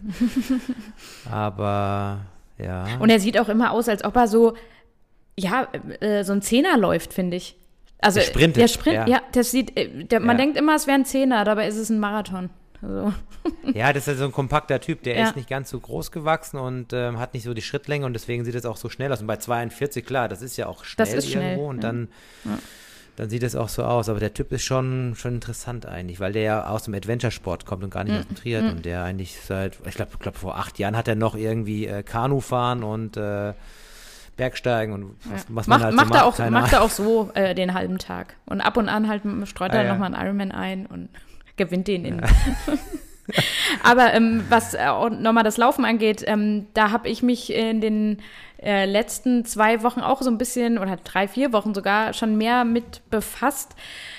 Aber ja. Und er sieht auch immer aus, als ob er so ein Zehner läuft, finde ich. Also der Sprint, das sieht, man denkt immer, es wäre ein Zehner, dabei ist es ein Marathon. Also. Ja, das ist ja so ein kompakter Typ, der ist nicht ganz so groß gewachsen und hat nicht so die Schrittlänge und deswegen sieht es auch so schnell aus. Und bei 42, klar, das ist ja auch schnell irgendwo und dann sieht es auch so aus. Aber der Typ ist schon interessant eigentlich, weil der ja aus dem Adventure-Sport kommt und gar nicht aus dem Triathlon. Und der eigentlich ich glaube vor 8 Jahren hat er noch irgendwie Kanu fahren und Bergsteigen und was man halt so macht. Macht er auch so den halben Tag. Und ab und an halt streut er nochmal einen Ironman ein und gewinnt den in. Aber was nochmal das Laufen angeht, da habe ich mich in den letzten 2 Wochen auch so ein bisschen, oder 3, 4 Wochen sogar, schon mehr mit befasst.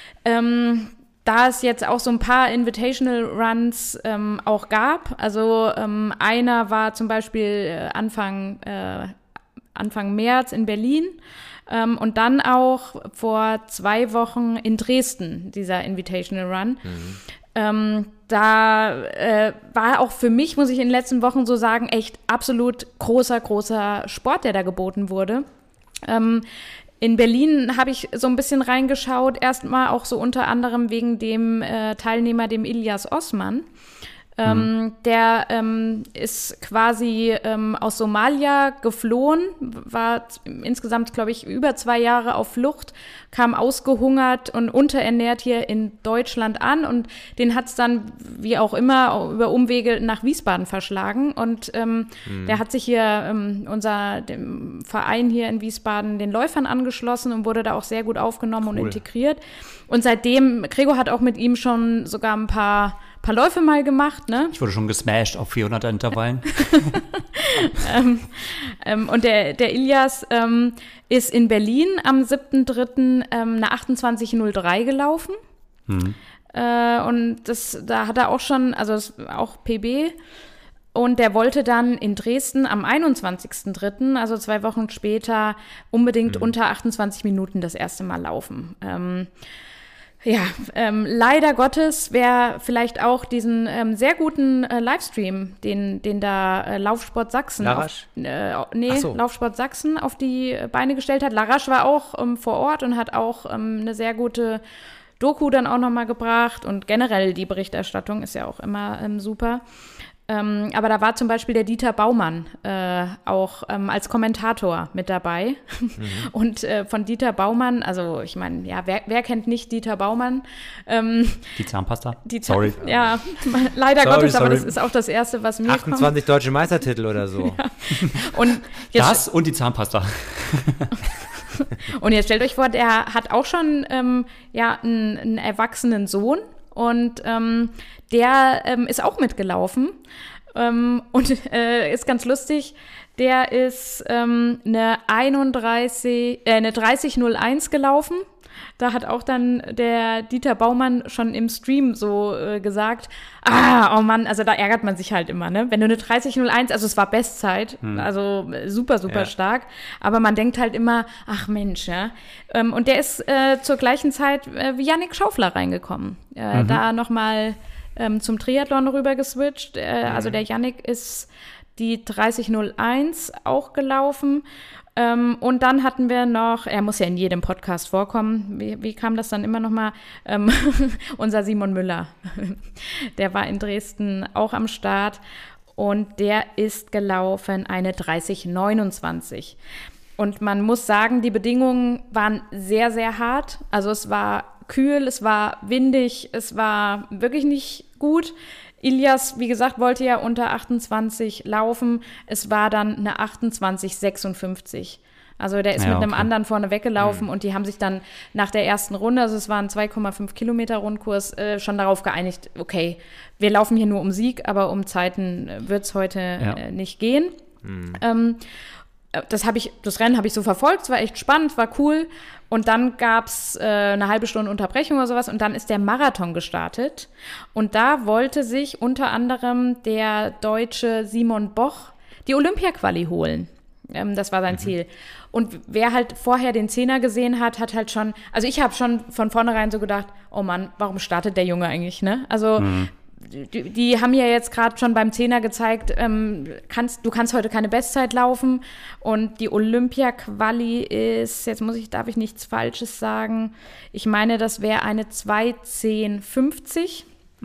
Da es jetzt auch so ein paar Invitational Runs auch gab. Also einer war zum Beispiel Anfang März in Berlin. Und dann auch vor 2 Wochen in Dresden, dieser Invitational Run. Da war auch für mich, muss ich in den letzten Wochen so sagen, echt absolut großer Sport, der da geboten wurde. In Berlin habe ich so ein bisschen reingeschaut, erstmal auch so unter anderem wegen dem Teilnehmer, dem Ilias Osman. Der ist quasi aus Somalia geflohen, war insgesamt, glaube ich, über 2 Jahre auf Flucht, kam ausgehungert und unterernährt hier in Deutschland an und den hat es dann, wie auch immer, über Umwege nach Wiesbaden verschlagen und der hat sich hier dem Verein hier in Wiesbaden den Läufern angeschlossen und wurde da auch sehr gut aufgenommen und integriert. Und seitdem, Gregor hat auch mit ihm schon sogar ein paar Läufe mal gemacht, ne? Ich wurde schon gesmashed auf 400er Intervallen. Und der Ilias ist in Berlin am 7.3. eine 28:03 gelaufen. Und da hat er auch schon, also auch PB. Und der wollte dann in Dresden am 21.3., also 2 Wochen später, unbedingt unter 28 Minuten das erste Mal laufen. Ja, leider Gottes, wer vielleicht auch diesen sehr guten Livestream, den da Laufsport Sachsen Laufsport Sachsen auf die Beine gestellt hat. Larasch war auch vor Ort und hat auch eine sehr gute Doku dann auch nochmal gebracht und generell die Berichterstattung ist ja auch immer super. Aber da war zum Beispiel der Dieter Baumann auch als Kommentator mit dabei. Und von Dieter Baumann, also ich meine, ja, wer kennt nicht Dieter Baumann? Die Zahnpasta? Sorry. Ja, leider Gottes, aber das ist auch das Erste, was mir 28 kommt. deutsche Meistertitel oder so. Ja. Und jetzt, und die Zahnpasta. Und jetzt stellt euch vor, der hat auch schon einen erwachsenen Sohn. Und der ist auch mitgelaufen und ist ganz lustig. Der ist eine 30:01 gelaufen. Da hat auch dann der Dieter Baumann schon im Stream so gesagt, oh Mann, also da ärgert man sich halt immer, ne? Wenn du eine 30:01, also es war Bestzeit, also super, super stark, aber man denkt halt immer, ach Mensch, ja. Und der ist zur gleichen Zeit wie Yannick Schaufler reingekommen. Da nochmal zum Triathlon rüber geswitcht. Also der Yannick ist die 30:01 auch gelaufen. Und dann hatten wir noch, er muss ja in jedem Podcast vorkommen, wie kam das dann immer noch mal, unser Simon Müller, der war in Dresden auch am Start und der ist gelaufen eine 30:29. Und man muss sagen, die Bedingungen waren sehr, sehr hart, also es war kühl, es war windig, es war wirklich nicht gut. Ilias, wie gesagt, wollte ja unter 28 laufen. Es war dann eine 28:56. Also der ist mit einem anderen vorne weggelaufen und die haben sich dann nach der ersten Runde, also es war ein 2,5 Kilometer Rundkurs, schon darauf geeinigt, okay, wir laufen hier nur um Sieg, aber um Zeiten wird es heute nicht gehen. Das Rennen habe ich so verfolgt, es war echt spannend, war cool. Und dann gab es eine halbe Stunde Unterbrechung oder sowas und dann ist der Marathon gestartet. Und da wollte sich unter anderem der Deutsche Simon Boch die Olympia-Quali holen. Das war sein Ziel. Und wer halt vorher den Zehner gesehen hat, hat halt schon, also ich habe schon von vornherein so gedacht, oh Mann, warum startet der Junge eigentlich, ne? Also die haben ja jetzt gerade schon beim Zehner gezeigt, du kannst heute keine Bestzeit laufen und die Olympia-Quali ist, darf ich nichts Falsches sagen, ich meine, das wäre eine 2:10:50.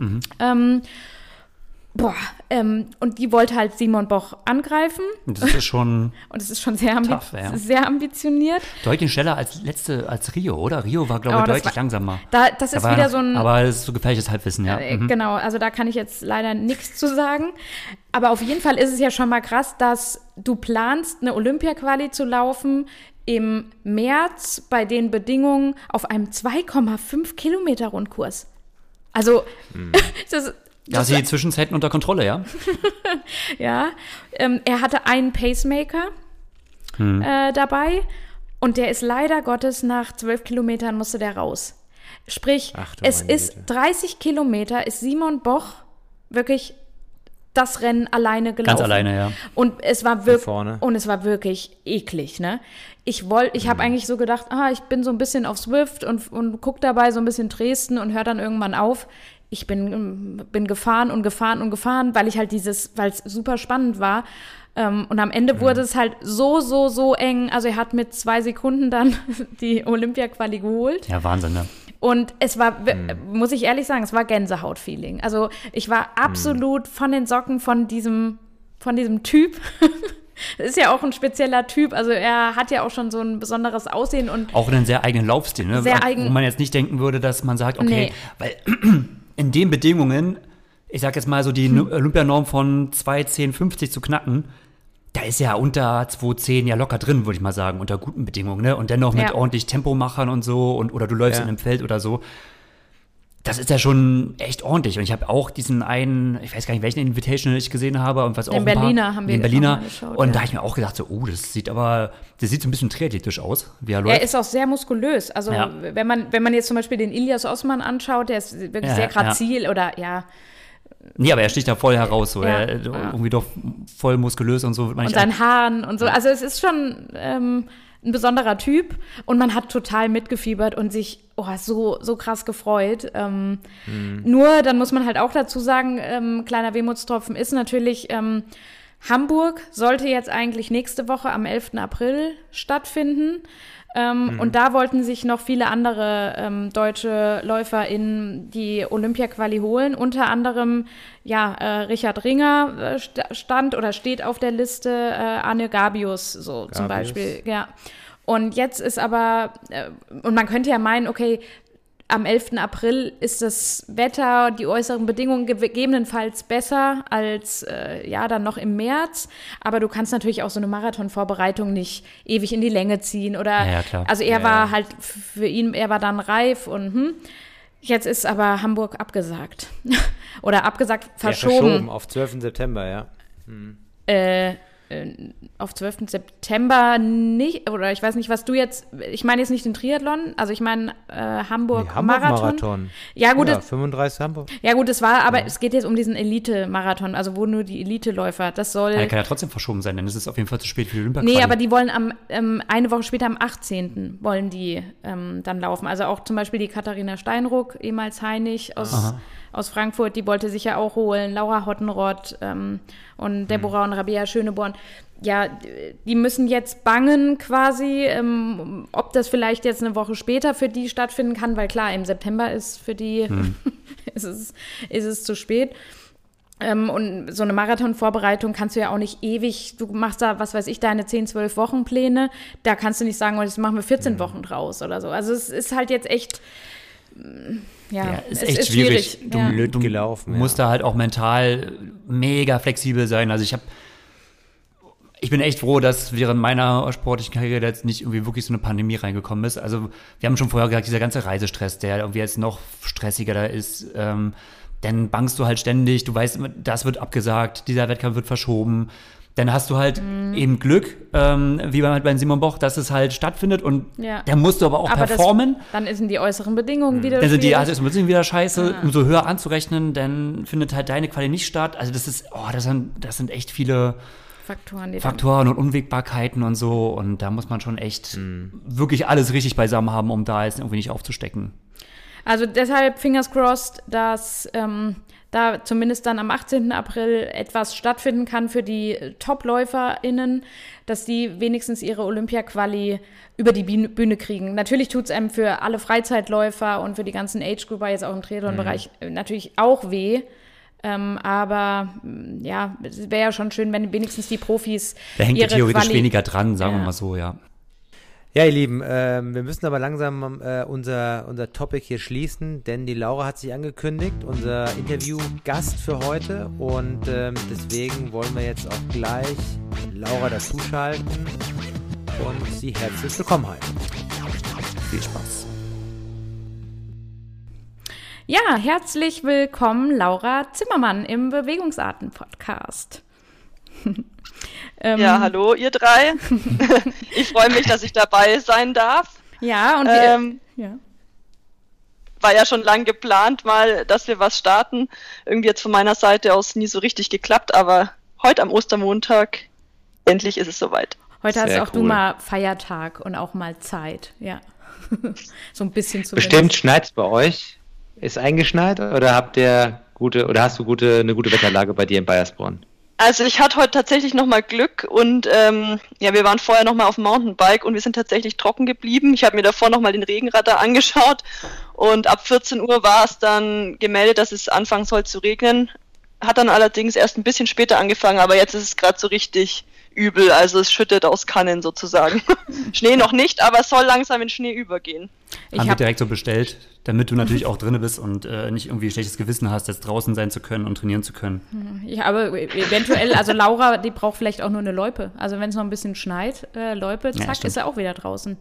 Und die wollte halt Simon Boch angreifen. Und das ist schon und es ist schon sehr, sehr ambitioniert. Deutlich schneller als Rio, oder? Rio war, glaube ich, deutlich langsamer. Das ist wieder so ein... Aber es ist so gefährliches Halbwissen, ja. Genau, also da kann ich jetzt leider nichts zu sagen. Aber auf jeden Fall ist es ja schon mal krass, dass du planst, eine Olympia-Quali zu laufen im März bei den Bedingungen auf einem 2,5 Kilometer Rundkurs. Also, Da hast du die Zwischenzeiten unter Kontrolle, ja? Ja, er hatte einen Pacemaker dabei und der ist leider Gottes nach 12 Kilometern musste der raus. Sprich, es ist 30 Kilometer, ist Simon Boch wirklich das Rennen alleine gelaufen. Ganz alleine, ja. Und es war wirklich eklig, ne? Ich habe eigentlich so gedacht, ich bin so ein bisschen auf Zwift und guck dabei so ein bisschen Dresden und höre dann irgendwann auf. Ich bin gefahren, weil ich halt weil es super spannend war. Und am Ende wurde es halt so eng. Also er hat mit 2 Sekunden dann die Olympia-Quali geholt. Ja, Wahnsinn, ne? Und es war, muss ich ehrlich sagen, es war Gänsehaut-Feeling. Also ich war absolut von den Socken von diesem Typ. Das ist ja auch ein spezieller Typ, also er hat ja auch schon so ein besonderes Aussehen und auch einen sehr eigenen Laufstil, ne? Wo man jetzt nicht denken würde, dass man sagt, okay, weil in den Bedingungen, ich sag jetzt mal so die Olympianorm von 2:10:50 zu knacken, da ist ja unter 2:10 ja locker drin, würde ich mal sagen, unter guten Bedingungen, ne? Und dennoch mit ordentlich Tempomachern und so oder du läufst in einem Feld oder so. Das ist ja schon echt ordentlich. Und ich habe auch diesen einen, ich weiß gar nicht, welchen Invitational ich gesehen habe. Und was auch den Berliner haben wir den Berliner. Auch mal geschaut, und da habe ich mir auch gedacht, so, das sieht so ein bisschen triathletisch aus, wie er läuft. Er ist auch sehr muskulös. Also wenn man jetzt zum Beispiel den Ilias Osman anschaut, der ist wirklich sehr grazil oder Nee, aber er sticht da voll heraus, so. Er irgendwie doch voll muskulös und so. Und seinen Haaren und so. Also es ist schon ein besonderer Typ und man hat total mitgefiebert und sich so krass gefreut. Nur, dann muss man halt auch dazu sagen, kleiner Wermutstropfen ist natürlich, Hamburg sollte jetzt eigentlich nächste Woche am 11. April stattfinden. Und da wollten sich noch viele andere deutsche Läufer in die Olympia-Quali holen. Unter anderem, Richard Ringer steht auf der Liste, Arne Gabius, zum Beispiel. Ja. Und jetzt ist aber, und man könnte ja meinen, okay, am 11. April ist das Wetter, die äußeren Bedingungen gegebenenfalls besser als dann noch im März. Aber du kannst natürlich auch so eine Marathonvorbereitung nicht ewig in die Länge ziehen. Oder klar. Also er war halt für ihn, er war dann reif und jetzt ist aber Hamburg abgesagt. Oder abgesagt, verschoben. Verschoben auf 12. September, ja. Auf 12. September nicht, oder ich weiß nicht, was du jetzt, ich meine jetzt nicht den Triathlon, also ich meine Hamburg Marathon. Ja, gut. 35 Hamburg. Ja, gut, es geht jetzt um diesen Elite-Marathon, also wo nur die Elite-Läufer, das soll. Er kann ja trotzdem verschoben sein, denn es ist auf jeden Fall zu spät für die Olympia-Quali. Nee, aber die wollen eine Woche später, am 18. wollen die dann laufen. Also auch zum Beispiel die Katharina Steinruck, ehemals Heinig aus Frankfurt, die wollte sich ja auch holen, Laura Hottenrott und Deborah und Rabea Schöneborn. Ja, die müssen jetzt bangen quasi, ob das vielleicht jetzt eine Woche später für die stattfinden kann, weil klar, im September ist für die ist es zu spät. Und so eine Marathonvorbereitung kannst du ja auch nicht ewig, du machst da, was weiß ich, deine 10, 12 Wochenpläne, da kannst du nicht sagen, jetzt machen wir 14 Wochen draus oder so. Also es ist halt jetzt echt, ist echt schwierig. Du gelaufen, musst da halt auch mental mega flexibel sein. Also ich bin echt froh, dass während meiner sportlichen Karriere jetzt nicht irgendwie wirklich so eine Pandemie reingekommen ist. Also wir haben schon vorher gesagt, dieser ganze Reisestress, der irgendwie jetzt noch stressiger da ist, dann bangst du halt ständig, du weißt, das wird abgesagt, dieser Wettkampf wird verschoben. Dann hast du halt eben Glück, wie bei Simon Boch, dass es halt stattfindet und dann musst du aber auch performen. Dann sind die äußeren Bedingungen wieder dann sind die äußeren Bedingungen wieder scheiße, umso höher anzurechnen, dann findet halt deine Quali nicht statt. Also das sind echt viele Faktoren und Unwägbarkeiten und so und da muss man schon echt wirklich alles richtig beisammen haben, um da jetzt irgendwie nicht aufzustecken. Also deshalb fingers crossed, dass da zumindest dann am 18. April etwas stattfinden kann für die TopläuferInnen, dass die wenigstens ihre Olympia-Quali über die Bühne kriegen. Natürlich tut es einem für alle Freizeitläufer und für die ganzen Age-Grouper jetzt auch im Triathlon-Bereich natürlich auch weh. Aber es wäre ja schon schön, wenn wenigstens die Profis da hängt ja theoretisch weniger dran, sagen wir mal so, ja. Ja, ihr Lieben, wir müssen aber langsam unser Topic hier schließen, denn die Laura hat sich angekündigt, unser Interviewgast für heute und deswegen wollen wir jetzt auch gleich Laura dazuschalten und sie herzlich willkommen heißen. Viel Spaß. Ja, herzlich willkommen, Laura Zimmermann im Bewegungsarten-Podcast. Ja, hallo, ihr drei. Ich freue mich, dass ich dabei sein darf. Ja, und war ja schon lang geplant, mal, dass wir was starten. Irgendwie jetzt von meiner Seite aus nie so richtig geklappt, aber heute am Ostermontag, endlich ist es soweit. Heute hast auch du mal Feiertag und auch mal Zeit, ja. So ein bisschen zumindest. Bestimmt schneit's bei euch. Ist eingeschneit oder hast du eine gute Wetterlage bei dir in Baiersbronn? Also ich hatte heute tatsächlich nochmal Glück und wir waren vorher nochmal auf dem Mountainbike und wir sind tatsächlich trocken geblieben. Ich habe mir davor nochmal den Regenradar angeschaut und ab 14 Uhr war es dann gemeldet, dass es anfangen soll zu regnen. Hat dann allerdings erst ein bisschen später angefangen, aber jetzt ist es gerade so richtig übel. Also es schüttet aus Kannen sozusagen. Schnee noch nicht, aber es soll langsam in Schnee übergehen. Haben wir direkt so bestellt, damit du natürlich auch drin bist und nicht irgendwie schlechtes Gewissen hast, jetzt draußen sein zu können und trainieren zu können. Ja, aber eventuell, also Laura, die braucht vielleicht auch nur eine Loipe. Also wenn es noch ein bisschen schneit, Loipe, zack, ist er auch wieder draußen.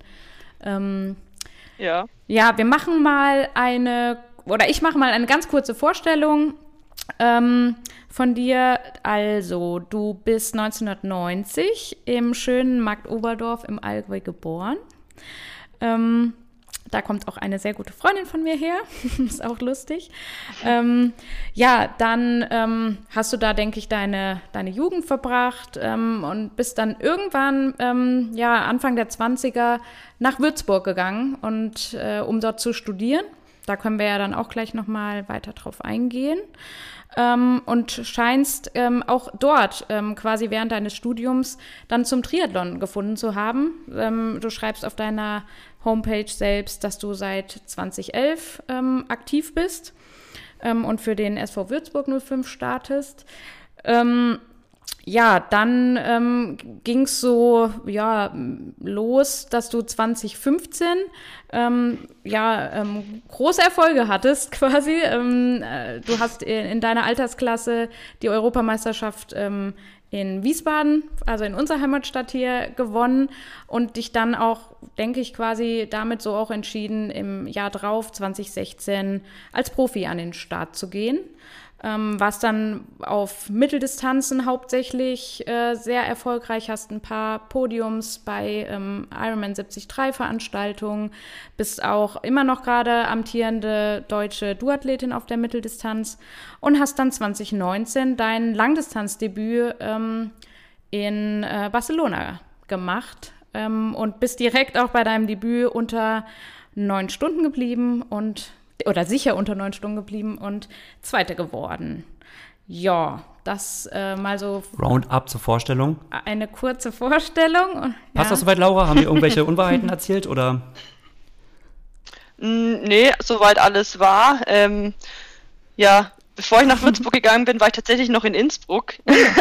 Ja, wir machen mal ich mache mal eine ganz kurze Vorstellung von dir. Also, du bist 1990 im schönen Marktoberdorf im Allgäu geboren. Da kommt auch eine sehr gute Freundin von mir her. Ist auch lustig. Dann hast du da, denke ich, deine Jugend verbracht und bist dann irgendwann, Anfang der 20er nach Würzburg gegangen, und um dort zu studieren. Da können wir ja dann auch gleich nochmal weiter drauf eingehen. Und scheinst auch dort quasi während deines Studiums dann zum Triathlon gefunden zu haben. Du schreibst auf deiner Homepage selbst, dass du seit 2011 aktiv bist und für den SV Würzburg 05 startest. Dann ging es so los, dass du 2015 große Erfolge hattest quasi. Du hast in deiner Altersklasse die Europameisterschaft in Wiesbaden, also in unserer Heimatstadt hier, gewonnen und dich dann auch, denke ich, quasi damit so auch entschieden, im Jahr drauf, 2016, als Profi an den Start zu gehen. Warst dann auf Mitteldistanzen hauptsächlich sehr erfolgreich, hast ein paar Podiums bei Ironman 73 Veranstaltungen, bist auch immer noch gerade amtierende deutsche Duathletin auf der Mitteldistanz und hast dann 2019 dein Langdistanzdebüt in Barcelona gemacht und bist direkt auch bei deinem Debüt unter 9 Stunden geblieben oder sicher unter 9 Stunden geblieben und Zweite geworden. Ja, das mal so... Roundup zur Vorstellung. Eine kurze Vorstellung. Passt das soweit, Laura? Haben wir irgendwelche Unwahrheiten erzählt, oder? Nee, soweit alles war. Bevor ich nach Würzburg gegangen bin, war ich tatsächlich noch in Innsbruck.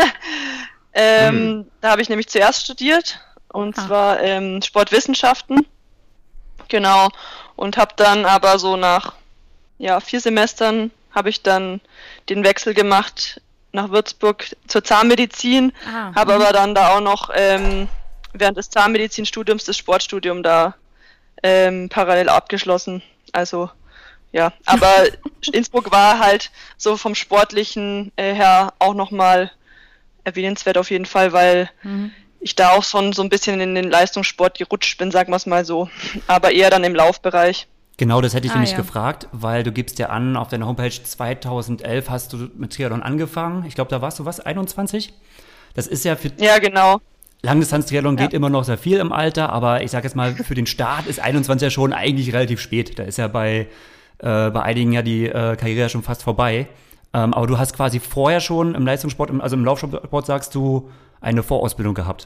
Da habe ich nämlich zuerst studiert, und zwar Sportwissenschaften. Genau. Und habe dann aber so nach 4 Semestern habe ich dann den Wechsel gemacht nach Würzburg zur Zahnmedizin, habe aber dann da auch noch während des Zahnmedizinstudiums das Sportstudium da parallel abgeschlossen. Also ja, aber Innsbruck war halt so vom Sportlichen her auch nochmal erwähnenswert auf jeden Fall, weil ich da auch schon so ein bisschen in den Leistungssport gerutscht bin, sagen wir es mal so, aber eher dann im Laufbereich. Genau, das hätte ich nämlich gefragt, weil du gibst ja an, auf deiner Homepage 2011 hast du mit Triathlon angefangen. Ich glaube, da warst du 21? Das ist ja für... Ja, genau. Langdistanz-Triathlon geht immer noch sehr viel im Alter, aber ich sage jetzt mal, für den Start ist 21 ja schon eigentlich relativ spät. Da ist ja bei einigen ja die Karriere schon fast vorbei. Aber du hast quasi vorher schon im Leistungssport, also im Laufsport, sagst du, eine Vorausbildung gehabt.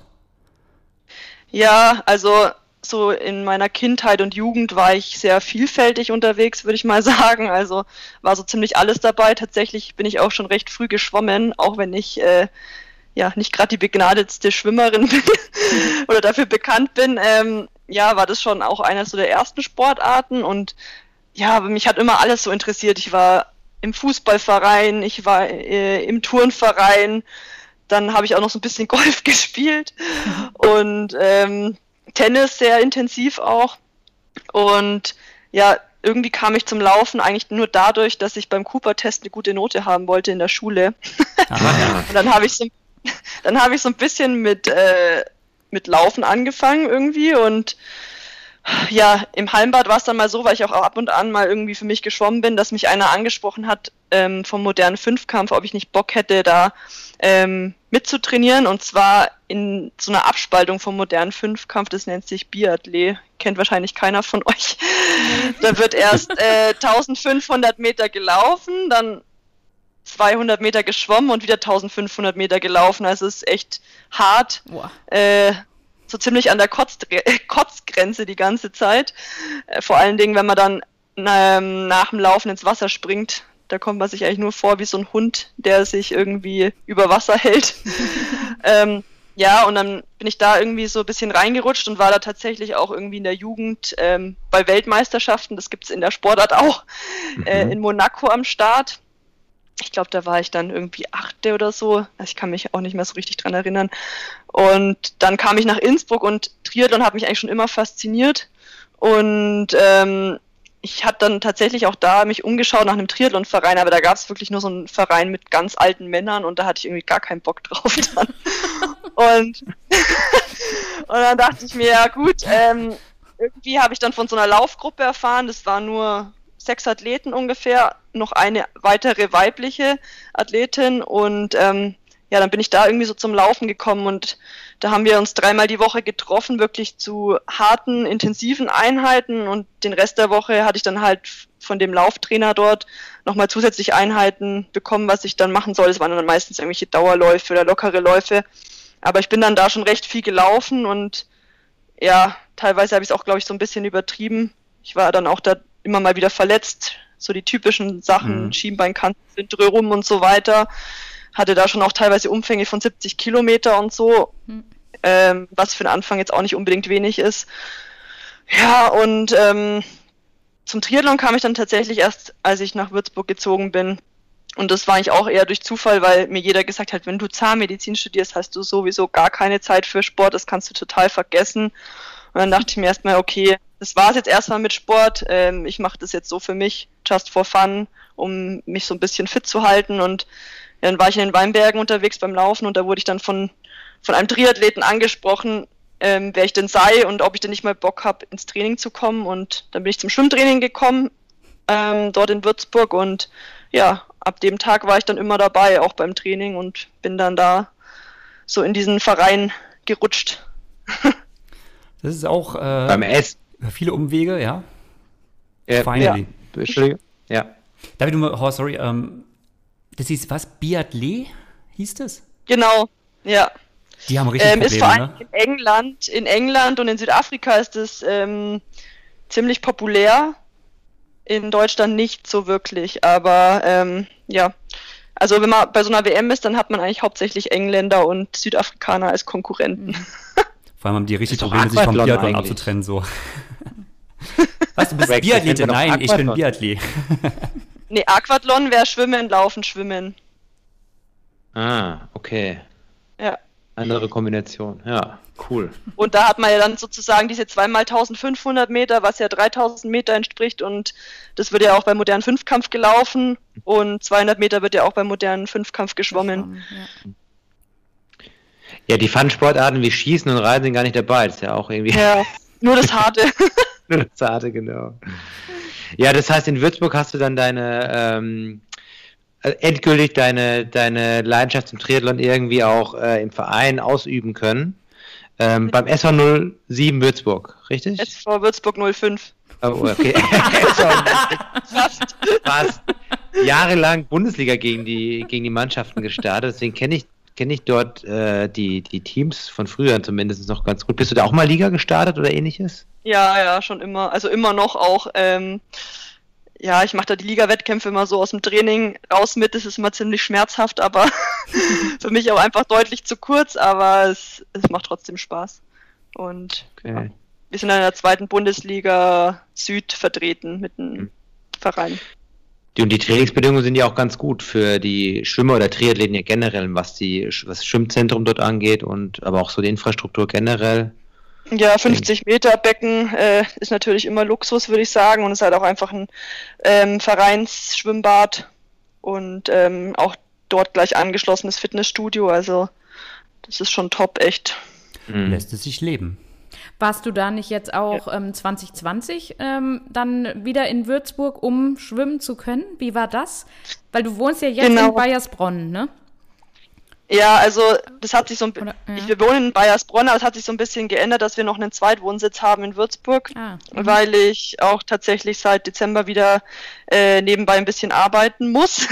Ja, also so in meiner Kindheit und Jugend war ich sehr vielfältig unterwegs, würde ich mal sagen. Also war so ziemlich alles dabei. Tatsächlich bin ich auch schon recht früh geschwommen, auch wenn ich nicht gerade die begnadetste Schwimmerin bin oder dafür bekannt bin. War das schon auch einer so der ersten Sportarten, und ja, mich hat immer alles so interessiert. Ich war im Fußballverein, ich war im Turnverein, dann habe ich auch noch so ein bisschen Golf gespielt und Tennis sehr intensiv auch. Und ja, irgendwie kam ich zum Laufen eigentlich nur dadurch, dass ich beim Cooper-Test eine gute Note haben wollte in der Schule. Und dann habe ich so ein bisschen mit Laufen angefangen irgendwie, und ja, im Hallenbad war es dann mal so, weil ich auch ab und an mal irgendwie für mich geschwommen bin, dass mich einer angesprochen hat vom modernen Fünfkampf, ob ich nicht Bock hätte, da mitzutrainieren, und zwar in so einer Abspaltung vom modernen Fünfkampf, das nennt sich Biathlet, kennt wahrscheinlich keiner von euch. Da wird erst 1500 Meter gelaufen, dann 200 Meter geschwommen und wieder 1500 Meter gelaufen, also es ist echt hart. So ziemlich an der Kotzgrenze die ganze Zeit. Vor allen Dingen, wenn man dann nach dem Laufen ins Wasser springt, da kommt man sich eigentlich nur vor wie so ein Hund, der sich irgendwie über Wasser hält. Und dann bin ich da irgendwie so ein bisschen reingerutscht und war da tatsächlich auch irgendwie in der Jugend bei Weltmeisterschaften, das gibt es in der Sportart auch, in Monaco am Start. Ich glaube, da war ich dann irgendwie 8. oder so. Also ich kann mich auch nicht mehr so richtig dran erinnern. Und dann kam ich nach Innsbruck, und Triathlon hat mich eigentlich schon immer fasziniert. Und ich habe dann tatsächlich auch da mich umgeschaut nach einem Triathlonverein, aber da gab es wirklich nur so einen Verein mit ganz alten Männern, und da hatte ich irgendwie gar keinen Bock drauf dann. Und dann dachte ich mir, ja gut, irgendwie habe ich dann von so einer Laufgruppe erfahren, das waren nur 6 Athleten ungefähr, noch eine weitere weibliche Athletin und dann bin ich da irgendwie so zum Laufen gekommen und da haben wir uns 3-mal die Woche getroffen, wirklich zu harten, intensiven Einheiten und den Rest der Woche hatte ich dann halt von dem Lauftrainer dort nochmal zusätzlich Einheiten bekommen, was ich dann machen soll. Es waren dann meistens irgendwelche Dauerläufe oder lockere Läufe, aber ich bin dann da schon recht viel gelaufen und ja, teilweise habe ich es auch, glaube ich, so ein bisschen übertrieben. Ich war dann auch da immer mal wieder verletzt, so die typischen Sachen, Schienbeinkantensyndrom und so weiter. Hatte da schon auch teilweise Umfänge von 70 Kilometer und so, was für den Anfang jetzt auch nicht unbedingt wenig ist. Ja, und zum Triathlon kam ich dann tatsächlich erst, als ich nach Würzburg gezogen bin. Und das war eigentlich auch eher durch Zufall, weil mir jeder gesagt hat, wenn du Zahnmedizin studierst, hast du sowieso gar keine Zeit für Sport, das kannst du total vergessen. Und dann dachte ich mir erstmal, okay, das war es jetzt erstmal mit Sport. Ich mache das jetzt so für mich, just for fun, um mich so ein bisschen fit zu halten. Und dann war ich in den Weinbergen unterwegs beim Laufen und da wurde ich dann von einem Triathleten angesprochen, wer ich denn sei und ob ich denn nicht mal Bock habe, ins Training zu kommen. Und dann bin ich zum Schwimmtraining gekommen, dort in Würzburg. Und ja, ab dem Tag war ich dann immer dabei, auch beim Training und bin dann da so in diesen Verein gerutscht. Das ist auch beim S. Viele Umwege, ja. Finally. Ja. Entschuldigung. Ja. Darf ich nur mal, sorry, das hieß was? Biathlon hieß das? Genau, ja. Die haben richtig Probleme, ist vor allem ne? in England und in Südafrika ist es ziemlich populär. In Deutschland nicht so wirklich, aber ja. Also wenn man bei so einer WM ist, dann hat man eigentlich hauptsächlich Engländer und Südafrikaner als Konkurrenten. Vor allem haben die richtig Probleme, sich vom Biathlon abzutrennen, so. Was, du bist Biathlete? Nein, ich bin Biathlet. Nee, Aquathlon wäre Schwimmen, Laufen, Schwimmen. Ah, okay. Ja. Andere Kombination, ja, cool. Und da hat man ja dann sozusagen diese 2x 1500 Meter, was ja 3000 Meter entspricht und das wird ja auch beim modernen Fünfkampf gelaufen und 200 Meter wird ja auch beim modernen Fünfkampf geschwommen. Ja, die Fun-Sportarten wie Schießen und Reiten sind gar nicht dabei, das ist ja auch irgendwie... Ja, nur das Harte. Nur das Harte, genau. Ja, das heißt, in Würzburg hast du dann endgültig deine Leidenschaft zum Triathlon irgendwie auch im Verein ausüben können. Beim SV 07 Würzburg, richtig? SV Würzburg 05. Oh, okay. Fast jahrelang Bundesliga gegen die Mannschaften gestartet, deswegen kenne ich dort die Teams von früher zumindest noch ganz gut. Bist du da auch mal Liga gestartet oder ähnliches? Ja, schon immer. Also immer noch auch. Ja, ich mache da die Liga-Wettkämpfe immer so aus dem Training raus mit. Das ist immer ziemlich schmerzhaft, aber für mich auch einfach deutlich zu kurz. Aber es macht trotzdem Spaß. Und ja, wir sind in der 2. Bundesliga Süd vertreten mit einem Verein. Und die Trainingsbedingungen sind ja auch ganz gut für die Schwimmer oder Triathleten ja generell, was das Schwimmzentrum dort angeht und aber auch so die Infrastruktur generell. Ja, 50 Meter Becken ist natürlich immer Luxus, würde ich sagen. Und es ist halt auch einfach ein Vereinsschwimmbad und auch dort gleich angeschlossenes Fitnessstudio. Also das ist schon top, echt. Lässt es sich leben. Warst du da nicht jetzt auch 2020 dann wieder in Würzburg, um schwimmen zu können? Wie war das? Weil du wohnst ja jetzt in Baiersbronn, ne? Ja, also das hat sich wir wohnen in Baiersbronn, aber es hat sich so ein bisschen geändert, dass wir noch einen Zweitwohnsitz haben in Würzburg, weil ich auch tatsächlich seit Dezember wieder nebenbei ein bisschen arbeiten muss.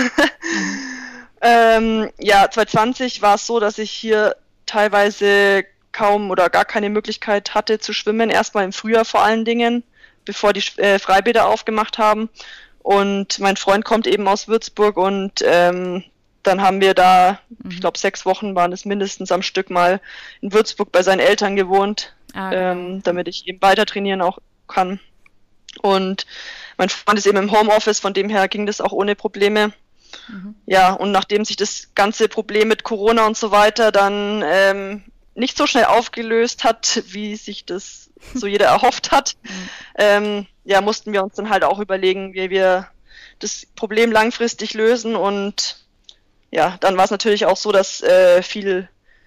2020 war es so, dass ich hier teilweise kaum oder gar keine Möglichkeit hatte zu schwimmen, erstmal im Frühjahr vor allen Dingen, bevor die Freibäder aufgemacht haben. Und mein Freund kommt eben aus Würzburg und dann haben wir da, ich glaube 6 Wochen waren es mindestens am Stück mal in Würzburg bei seinen Eltern gewohnt, damit ich eben weiter trainieren auch kann. Und mein Freund ist eben im Homeoffice, von dem her ging das auch ohne Probleme. Ja, und nachdem sich das ganze Problem mit Corona und so weiter dann nicht so schnell aufgelöst hat, wie sich das so jeder erhofft hat, mussten wir uns dann halt auch überlegen, wie wir das Problem langfristig lösen und ja, dann war es natürlich auch so, dass viel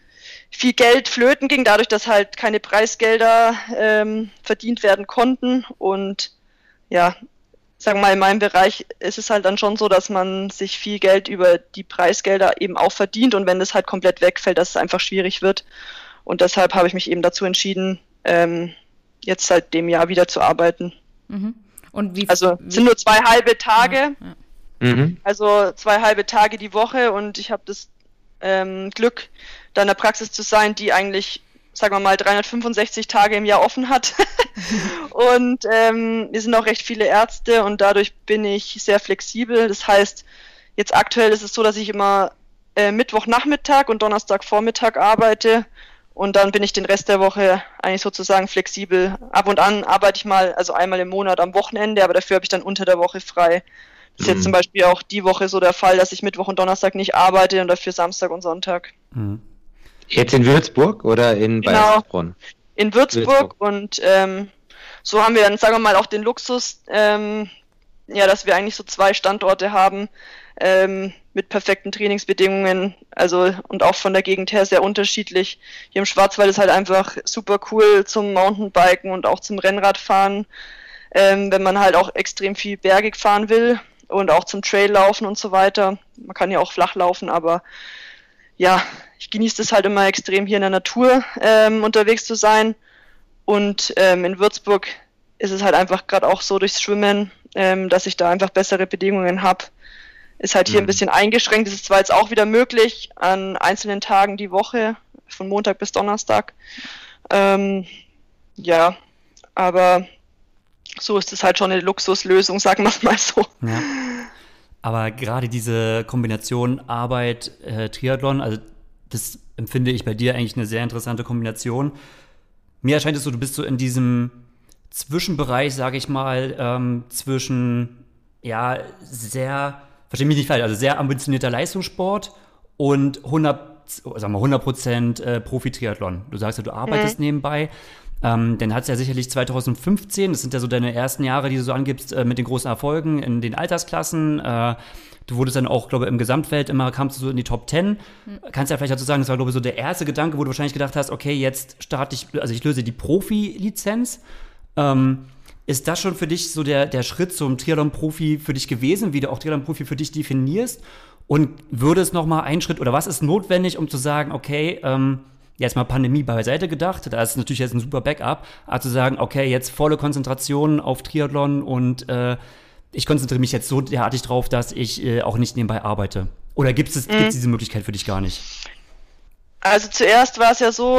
viel Geld flöten ging, dadurch, dass halt keine Preisgelder verdient werden konnten. Und ja, sagen wir mal, in meinem Bereich ist es halt dann schon so, dass man sich viel Geld über die Preisgelder eben auch verdient. Und wenn das halt komplett wegfällt, dass es einfach schwierig wird. Und deshalb habe ich mich eben dazu entschieden, jetzt seit dem Jahr wieder zu arbeiten. Mhm. Und es sind nur 2 halbe Tage. Ja. Also 2 halbe Tage die Woche und ich habe das Glück, da in der Praxis zu sein, die eigentlich, sagen wir mal, 365 Tage im Jahr offen hat. Und wir sind auch recht viele Ärzte und dadurch bin ich sehr flexibel. Das heißt, jetzt aktuell ist es so, dass ich immer Mittwochnachmittag und Donnerstagvormittag arbeite und dann bin ich den Rest der Woche eigentlich sozusagen flexibel. Ab und an arbeite ich mal, also einmal im Monat am Wochenende, aber dafür habe ich dann unter der Woche frei. Das ist jetzt zum Beispiel auch die Woche so der Fall, dass ich Mittwoch und Donnerstag nicht arbeite und dafür Samstag und Sonntag. Jetzt in Würzburg oder in Bayersbronn? In Würzburg. Und so haben wir dann, sagen wir mal, auch den Luxus, dass wir eigentlich so 2 Standorte haben mit perfekten Trainingsbedingungen, also und auch von der Gegend her sehr unterschiedlich. Hier im Schwarzwald ist halt einfach super cool zum Mountainbiken und auch zum Rennradfahren, wenn man halt auch extrem viel bergig fahren will. Und auch zum Traillaufen und so weiter. Man kann ja auch flach laufen, aber ja, ich genieße es halt immer extrem, hier in der Natur unterwegs zu sein. Und in Würzburg ist es halt einfach gerade auch so durchs Schwimmen, dass ich da einfach bessere Bedingungen habe. Ist halt hier ein bisschen eingeschränkt. Es ist zwar jetzt auch wieder möglich, an einzelnen Tagen die Woche, von Montag bis Donnerstag. Aber so ist es halt schon eine Luxuslösung, sagen wir es mal so. Ja. Aber gerade diese Kombination Arbeit, Triathlon, also das empfinde ich bei dir eigentlich eine sehr interessante Kombination. Mir erscheint es so, du bist so in diesem Zwischenbereich, sage ich mal, zwischen, versteh mich nicht falsch, also sehr ambitionierter Leistungssport und 100% Profi-Triathlon. Du sagst ja, du arbeitest nebenbei. Dann hat es ja sicherlich 2015, das sind ja so deine ersten Jahre, die du so angibst, mit den großen Erfolgen in den Altersklassen. Du wurdest dann auch, glaube ich, im Gesamtfeld kamst du so in die Top 10. Kannst ja vielleicht dazu sagen, das war, glaube ich, so der erste Gedanke, wo du wahrscheinlich gedacht hast, okay, jetzt ich löse die Profi-Lizenz. Ist das schon für dich so der Schritt zum Triathlon-Profi für dich gewesen, wie du auch Triathlon-Profi für dich definierst? Und würde es nochmal einen Schritt, oder was ist notwendig, um zu sagen, okay, jetzt mal Pandemie beiseite gedacht, da ist natürlich jetzt ein super Backup, aber zu sagen, okay, jetzt volle Konzentration auf Triathlon und ich konzentriere mich jetzt so derartig drauf, dass ich auch nicht nebenbei arbeite. Oder gibt's diese Möglichkeit für dich gar nicht? Also zuerst war es ja so,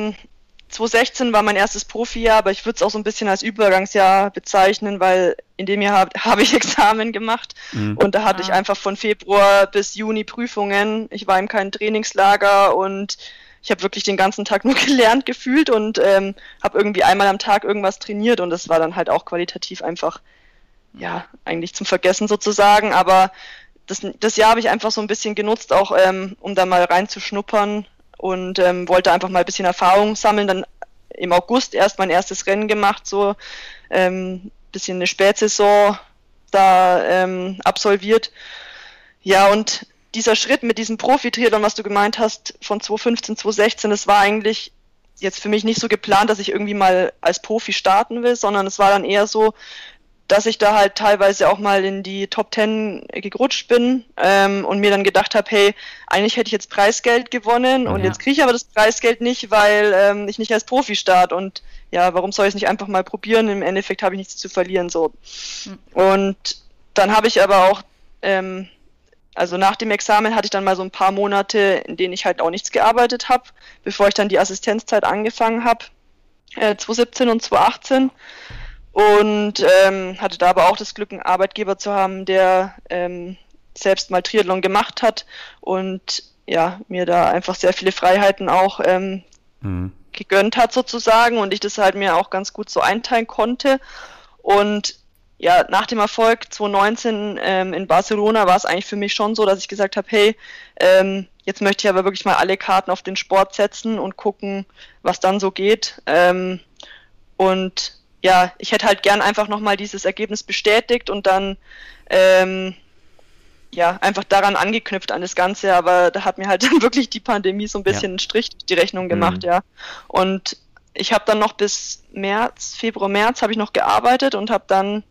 2016 war mein erstes Profijahr, aber ich würde es auch so ein bisschen als Übergangsjahr bezeichnen, weil in dem Jahr habe ich Examen gemacht und da hatte ich einfach von Februar bis Juni Prüfungen. Ich war in keinem Trainingslager und ich habe wirklich den ganzen Tag nur gelernt gefühlt und habe irgendwie einmal am Tag irgendwas trainiert und das war dann halt auch qualitativ einfach, eigentlich zum Vergessen sozusagen, aber das Jahr habe ich einfach so ein bisschen genutzt, auch um da mal reinzuschnuppern und wollte einfach mal ein bisschen Erfahrung sammeln, dann im August erst mein erstes Rennen gemacht, so bisschen eine Spätsaison da absolviert. Ja, und dieser Schritt mit diesem Profi-Triathlon, was du gemeint hast, von 2015, 2016, das war eigentlich jetzt für mich nicht so geplant, dass ich irgendwie mal als Profi starten will, sondern es war dann eher so, dass ich da halt teilweise auch mal in die Top 10 gerutscht bin und mir dann gedacht habe, hey, eigentlich hätte ich jetzt Preisgeld gewonnen und jetzt kriege ich aber das Preisgeld nicht, weil ich nicht als Profi starte und warum soll ich es nicht einfach mal probieren? Im Endeffekt habe ich nichts zu verlieren, so. Und dann habe ich aber auch also nach dem Examen hatte ich dann mal so ein paar Monate, in denen ich halt auch nichts gearbeitet habe, bevor ich dann die Assistenzzeit angefangen habe, 2017 und 2018. Und hatte da aber auch das Glück, einen Arbeitgeber zu haben, der selbst mal Triathlon gemacht hat und mir da einfach sehr viele Freiheiten auch gegönnt hat sozusagen und ich das halt mir auch ganz gut so einteilen konnte. Und nach dem Erfolg 2019 in Barcelona war es eigentlich für mich schon so, dass ich gesagt habe, hey, jetzt möchte ich aber wirklich mal alle Karten auf den Sport setzen und gucken, was dann so geht. Und ich hätte halt gern einfach nochmal dieses Ergebnis bestätigt und dann ja, einfach daran angeknüpft an das Ganze, aber da hat mir halt dann wirklich die Pandemie so ein bisschen einen Strich durch die Rechnung gemacht, ja. Und ich habe dann noch bis Februar, März habe ich noch gearbeitet und habe dann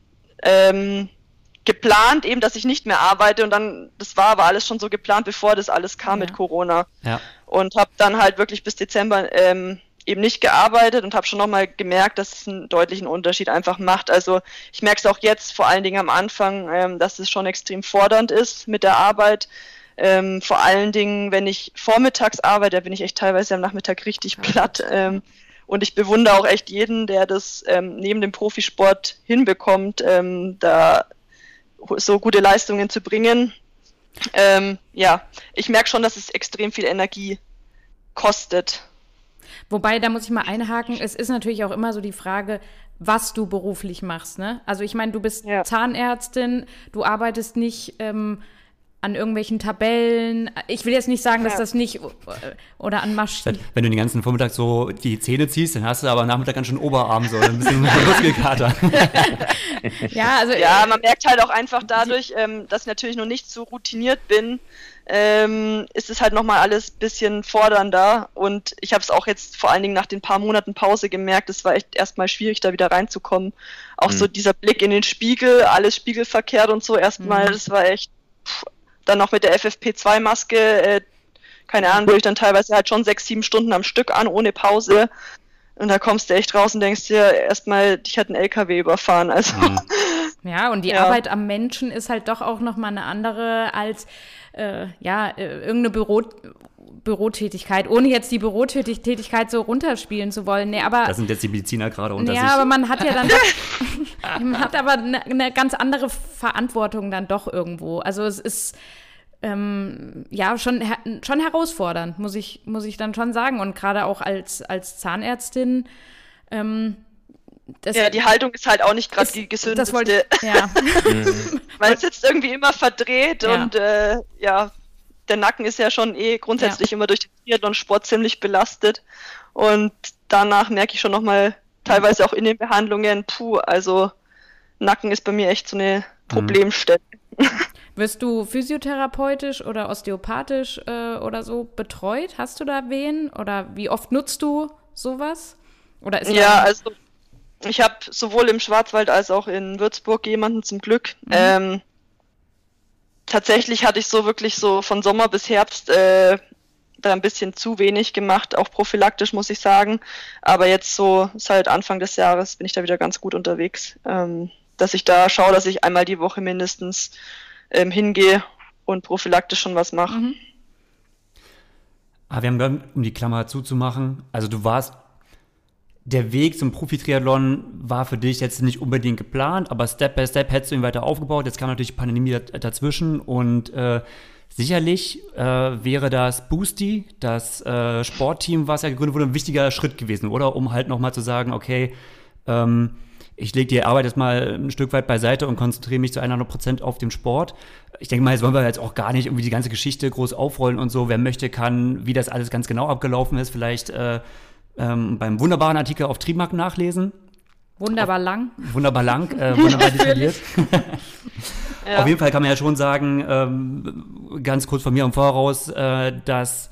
geplant eben, dass ich nicht mehr arbeite und dann, das war aber alles schon so geplant, bevor das alles kam mit Corona. Ja. Und habe dann halt wirklich bis Dezember eben nicht gearbeitet und habe schon nochmal gemerkt, dass es einen deutlichen Unterschied einfach macht. Also ich merke es auch jetzt, vor allen Dingen am Anfang, dass es schon extrem fordernd ist mit der Arbeit. Vor allen Dingen, wenn ich vormittags arbeite, da bin ich echt teilweise am Nachmittag richtig platt. Und ich bewundere auch echt jeden, der das neben dem Profisport hinbekommt, da so gute Leistungen zu bringen. Ja, ich merke schon, dass es extrem viel Energie kostet. Wobei, da muss ich mal einhaken, es ist natürlich auch immer so die Frage, was du beruflich machst, ne? Also ich meine, du bist Zahnärztin, du arbeitest nicht an irgendwelchen Tabellen. Ich will jetzt nicht sagen, dass das nicht, oder an Maschinen. Wenn du den ganzen Vormittag so die Zähne ziehst, dann hast du aber am Nachmittag ganz schön Oberarm, so ein bisschen Muskelkater. Ja, man merkt halt auch einfach dadurch, dass ich natürlich noch nicht so routiniert bin, ist es halt nochmal alles ein bisschen fordernder und ich habe es auch jetzt vor allen Dingen nach den paar Monaten Pause gemerkt, es war echt erstmal schwierig, da wieder reinzukommen. Auch so dieser Blick in den Spiegel, alles spiegelverkehrt und so erstmal, das war echt, dann noch mit der FFP2-Maske, keine Ahnung, wo ich dann teilweise halt schon 6-7 Stunden am Stück an, ohne Pause. Und da kommst du echt raus und denkst dir erstmal, dich hat ein LKW überfahren. Also. Ja, und die Arbeit am Menschen ist halt doch auch nochmal eine andere als irgendeine Bürotätigkeit, ohne jetzt die Bürotätigkeit so runterspielen zu wollen. Nee, aber, das sind jetzt die Mediziner gerade unter sich. Ja, aber man hat ja dann doch, man hat aber eine ganz andere Verantwortung dann doch irgendwo. Also es ist schon herausfordernd, muss ich dann schon sagen. Und gerade auch als Zahnärztin die Haltung ist halt auch nicht gerade die gesündeste. Man sitzt irgendwie immer verdreht und der Nacken ist ja schon grundsätzlich immer durch den Triathlon-Sport ziemlich belastet. Und danach merke ich schon nochmal, teilweise auch in den Behandlungen, also Nacken ist bei mir echt so eine Problemstelle. Wirst du physiotherapeutisch oder osteopathisch oder so betreut? Hast du da wen? Oder wie oft nutzt du sowas? Oder ist also ich habe sowohl im Schwarzwald als auch in Würzburg jemanden zum Glück. Tatsächlich hatte ich so wirklich so von Sommer bis Herbst da ein bisschen zu wenig gemacht, auch prophylaktisch, muss ich sagen. Aber jetzt so, seit Anfang des Jahres bin ich da wieder ganz gut unterwegs, dass ich da schaue, dass ich einmal die Woche mindestens hingehe und prophylaktisch schon was mache. Aber wir haben dann, um die Klammer zuzumachen, also der Weg zum Profi-Triathlon war für dich jetzt nicht unbedingt geplant, aber Step by Step hättest du ihn weiter aufgebaut. Jetzt kam natürlich die Pandemie dazwischen und sicherlich wäre das Boosty, das Sportteam, was ja gegründet wurde, ein wichtiger Schritt gewesen, oder? Um halt nochmal zu sagen, okay, ich lege die Arbeit jetzt mal ein Stück weit beiseite und konzentriere mich zu 100% auf den Sport. Ich denke mal, jetzt wollen wir jetzt auch gar nicht irgendwie die ganze Geschichte groß aufrollen und so. Wer möchte, kann, wie das alles ganz genau abgelaufen ist, vielleicht beim wunderbaren Artikel auf Trimark nachlesen. Wunderbar lang, wunderbar detailliert. Auf jeden Fall kann man ja schon sagen, ganz kurz von mir im Voraus, dass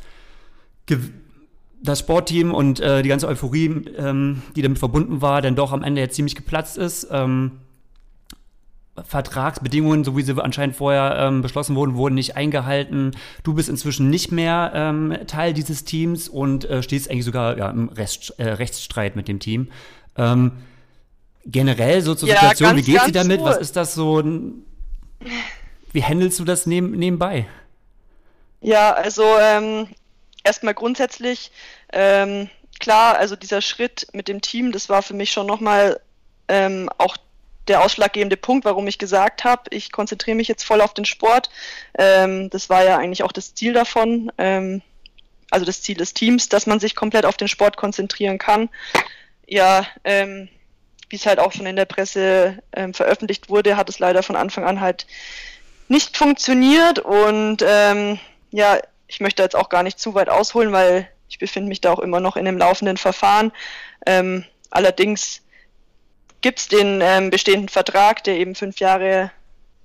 das Sportteam und die ganze Euphorie, die damit verbunden war, dann doch am Ende jetzt ziemlich geplatzt ist. Vertragsbedingungen, so wie sie anscheinend vorher beschlossen wurden nicht eingehalten. Du bist inzwischen nicht mehr Teil dieses Teams und stehst eigentlich sogar im Rechtsstreit mit dem Team. Generell so zur Situation, wie geht's dir damit? Was ist das so? Wie handelst du das nebenbei? Ja, also erstmal grundsätzlich, klar, also dieser Schritt mit dem Team, das war für mich schon nochmal auch der ausschlaggebende Punkt, warum ich gesagt habe, ich konzentriere mich jetzt voll auf den Sport. Das war ja eigentlich auch das Ziel davon, also das Ziel des Teams, dass man sich komplett auf den Sport konzentrieren kann. Ja, wie es halt auch schon in der Presse veröffentlicht wurde, hat es leider von Anfang an halt nicht funktioniert und ich möchte jetzt auch gar nicht zu weit ausholen, weil ich befinde mich da auch immer noch in einem laufenden Verfahren. Allerdings gibt es den bestehenden Vertrag, der eben 5 Jahre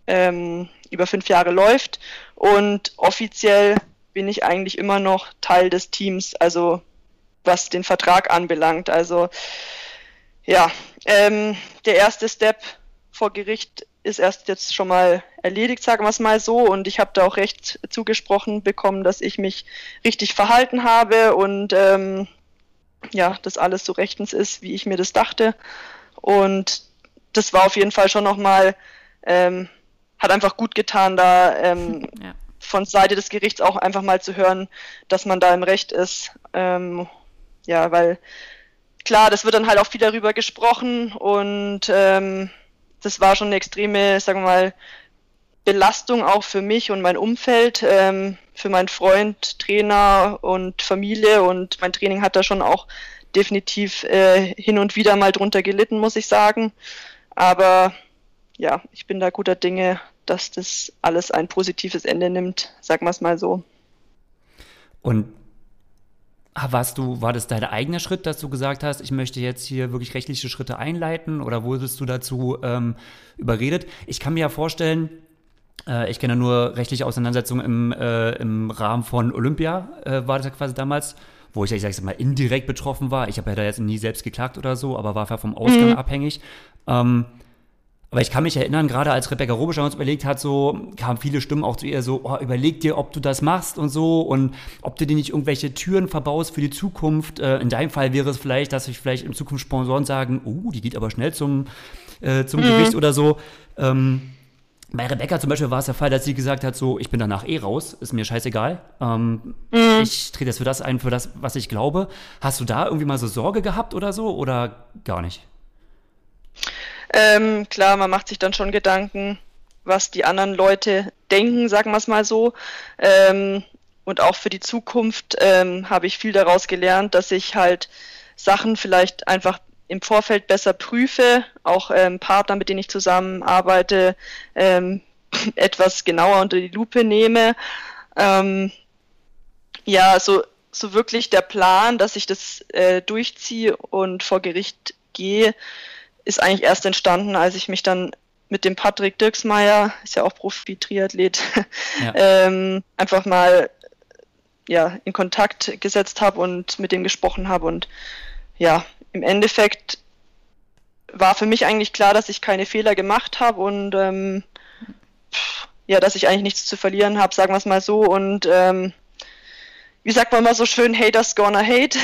über 5 Jahre läuft. Und offiziell bin ich eigentlich immer noch Teil des Teams, also was den Vertrag anbelangt. Also ja, der erste Step vor Gericht ist erst jetzt schon mal erledigt, sagen wir es mal so. Und ich habe da auch recht zugesprochen bekommen, dass ich mich richtig verhalten habe und das alles so rechtens ist, wie ich mir das dachte. Und das war auf jeden Fall schon nochmal, hat einfach gut getan, da von Seite des Gerichts auch einfach mal zu hören, dass man da im Recht ist. Weil klar, das wird dann halt auch viel darüber gesprochen und das war schon eine extreme, sagen wir mal, Belastung auch für mich und mein Umfeld, für meinen Freund, Trainer und Familie, und mein Training hat da schon auch definitiv hin und wieder mal drunter gelitten, muss ich sagen. Aber ja, ich bin da guter Dinge, dass das alles ein positives Ende nimmt, sagen wir es mal so. Und war das dein eigener Schritt, dass du gesagt hast, ich möchte jetzt hier wirklich rechtliche Schritte einleiten, oder wurdest du dazu überredet? Ich kann mir ja vorstellen, ich kenne nur rechtliche Auseinandersetzungen im Rahmen von Olympia, war das ja quasi damals, wo ich sag mal, indirekt betroffen war. Ich habe ja da jetzt nie selbst geklagt oder so, aber war ja vom Ausgang abhängig. Aber ich kann mich erinnern, gerade als Rebecca Robischau uns überlegt hat, so kamen viele Stimmen auch zu ihr so, überleg dir, ob du das machst und so, und ob du dir nicht irgendwelche Türen verbaust für die Zukunft. In deinem Fall wäre es vielleicht, dass sich vielleicht in Zukunft Sponsoren sagen, die geht aber schnell zum Gericht oder so. Bei Rebecca zum Beispiel war es der Fall, dass sie gesagt hat, so, ich bin danach raus, ist mir scheißegal. Ich trete jetzt für das ein, für das, was ich glaube. Hast du da irgendwie mal so Sorge gehabt oder so, oder gar nicht? Klar, man macht sich dann schon Gedanken, was die anderen Leute denken, sagen wir es mal so. Und auch für die Zukunft habe ich viel daraus gelernt, dass ich halt Sachen vielleicht einfach im Vorfeld besser prüfe, auch Partner, mit denen ich zusammenarbeite, etwas genauer unter die Lupe nehme. So wirklich der Plan, dass ich das durchziehe und vor Gericht gehe, ist eigentlich erst entstanden, als ich mich dann mit dem Patrick Dirksmeier, ist ja auch Profi-Triathlet, einfach mal in Kontakt gesetzt habe und mit dem gesprochen habe. Und ja, im Endeffekt war für mich eigentlich klar, dass ich keine Fehler gemacht habe und dass ich eigentlich nichts zu verlieren habe, sagen wir es mal so. Und wie sagt man immer so schön, Haters gonna hate.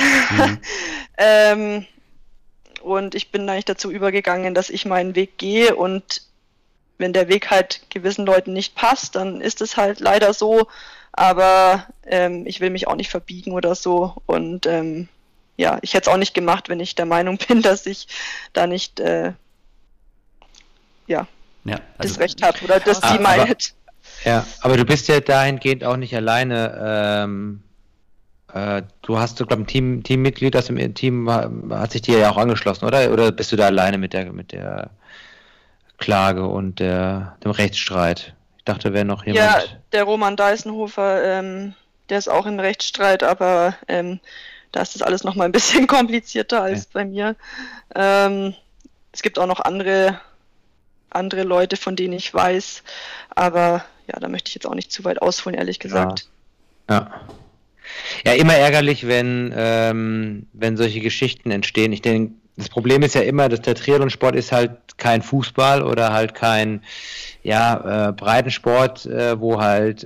Und ich bin eigentlich dazu übergegangen, dass ich meinen Weg gehe, und wenn der Weg halt gewissen Leuten nicht passt, dann ist es halt leider so, aber ich will mich auch nicht verbiegen oder so, und ich hätte es auch nicht gemacht, wenn ich der Meinung bin, dass ich da nicht das Recht habe oder dass die Meinung. Ja, aber du bist ja dahingehend auch nicht alleine. Du hast, glaube ich, ein Teammitglied aus dem Team, hat sich dir ja auch angeschlossen, oder? Oder bist du da alleine mit der Klage und dem Rechtsstreit? Ich dachte, da wäre noch jemand. Ja, der Roman Deisenhofer, der ist auch im Rechtsstreit, aber da ist das alles noch mal ein bisschen komplizierter als bei mir. Es gibt auch noch andere Leute, von denen ich weiß, aber da möchte ich jetzt auch nicht zu weit ausholen, ehrlich gesagt. Ja, immer ärgerlich, wenn solche Geschichten entstehen. Ich denke, das Problem ist ja immer, dass der Triathlonsport ist halt kein Fußball oder halt kein Breitensport, wo halt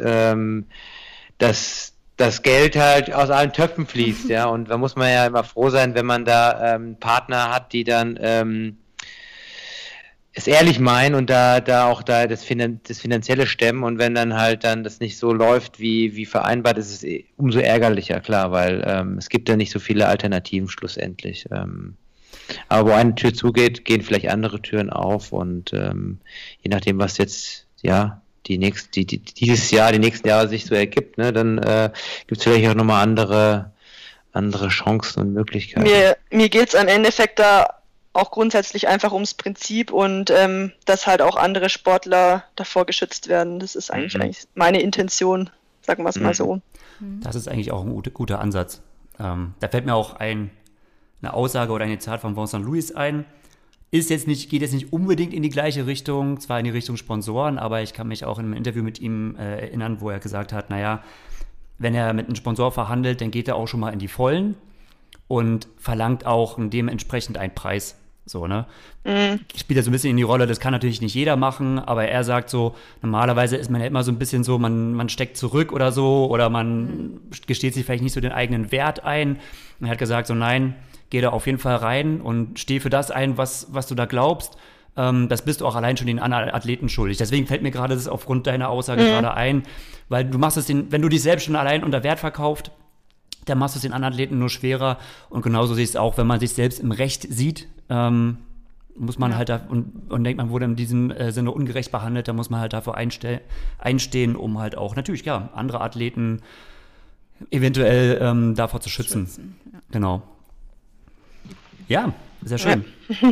das Geld halt aus allen Töpfen fließt, ja. Und da muss man ja immer froh sein, wenn man da Partner hat, die dann es ehrlich meinen und da das Finanzielle stemmen, und wenn dann halt das nicht so läuft wie vereinbart, ist es umso ärgerlicher, klar, weil es gibt ja nicht so viele Alternativen schlussendlich. Aber wo eine Tür zugeht, gehen vielleicht andere Türen auf, und je nachdem, was jetzt die nächsten Jahre sich so ergibt, ne, dann gibt es vielleicht auch nochmal andere Chancen und Möglichkeiten. Mir geht es im Endeffekt da auch grundsätzlich einfach ums Prinzip und dass halt auch andere Sportler davor geschützt werden. Das ist eigentlich meine Intention, sagen wir es mal so. Das ist eigentlich auch ein guter Ansatz. Da fällt mir auch eine Aussage oder ein Zitat von Vincent Louis ein. geht jetzt nicht unbedingt in die gleiche Richtung, zwar in die Richtung Sponsoren, aber ich kann mich auch in einem Interview mit ihm erinnern, wo er gesagt hat, naja, wenn er mit einem Sponsor verhandelt, dann geht er auch schon mal in die Vollen und verlangt auch dementsprechend einen Preis. So, ne? Spielt ja so ein bisschen in die Rolle, das kann natürlich nicht jeder machen, aber er sagt so, normalerweise ist man ja immer so ein bisschen so, man steckt zurück oder so, oder man gesteht sich vielleicht nicht so den eigenen Wert ein. Und er hat gesagt so, nein, geh da auf jeden Fall rein und steh für das ein, was du da glaubst. Das bist du auch allein schon den anderen Athleten schuldig. Deswegen fällt mir gerade das aufgrund deiner Aussage gerade ein, weil du machst es wenn du dich selbst schon allein unter Wert verkaufst, dann machst du es den anderen Athleten nur schwerer. Und genauso siehst du auch, wenn man sich selbst im Recht sieht, muss man halt da und denkt, man wurde in diesem Sinne ungerecht behandelt, da muss man halt dafür einstehen, um halt auch natürlich, ja, andere Athleten eventuell davor zu schützen. Ja. Genau. Ja, sehr schön.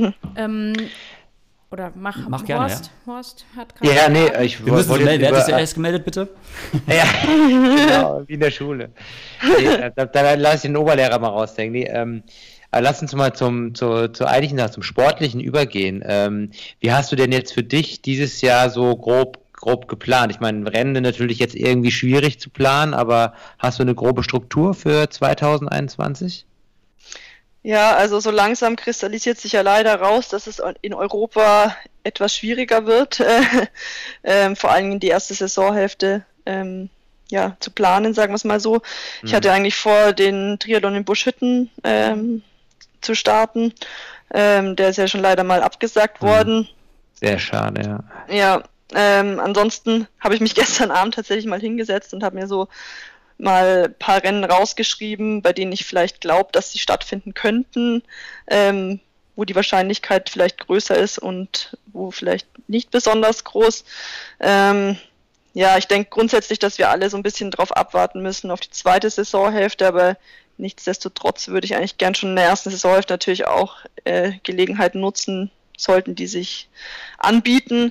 Oder mach gerne, Horst. Ja. Horst hat gerade. Ja, nee, Wir müssen melden. Wer hat sich zuerst gemeldet, bitte? Ja, genau, wie in der Schule. Nee, da lass ich den Oberlehrer mal rausdenken. Nee, lass uns mal zur eigentlichen Sache, zum Sportlichen übergehen. Wie hast du denn jetzt für dich dieses Jahr so grob geplant? Ich meine, Rennen natürlich jetzt irgendwie schwierig zu planen, aber hast du eine grobe Struktur für 2021? Ja, also so langsam kristallisiert sich ja leider raus, dass es in Europa etwas schwieriger wird, vor allem die erste Saisonhälfte zu planen, sagen wir es mal so. Ich hatte eigentlich vor, den Triathlon in Buschhütten zu starten. Der ist ja schon leider mal abgesagt worden. Sehr schade, ja. Ja, ansonsten habe ich mich gestern Abend tatsächlich mal hingesetzt und habe mir so mal ein paar Rennen rausgeschrieben, bei denen ich vielleicht glaube, dass sie stattfinden könnten, wo die Wahrscheinlichkeit vielleicht größer ist und wo vielleicht nicht besonders groß. Ich denke grundsätzlich, dass wir alle so ein bisschen drauf abwarten müssen auf die zweite Saisonhälfte, aber nichtsdestotrotz würde ich eigentlich gern schon in der ersten Saisonhälfte natürlich auch Gelegenheiten nutzen, sollten die sich anbieten.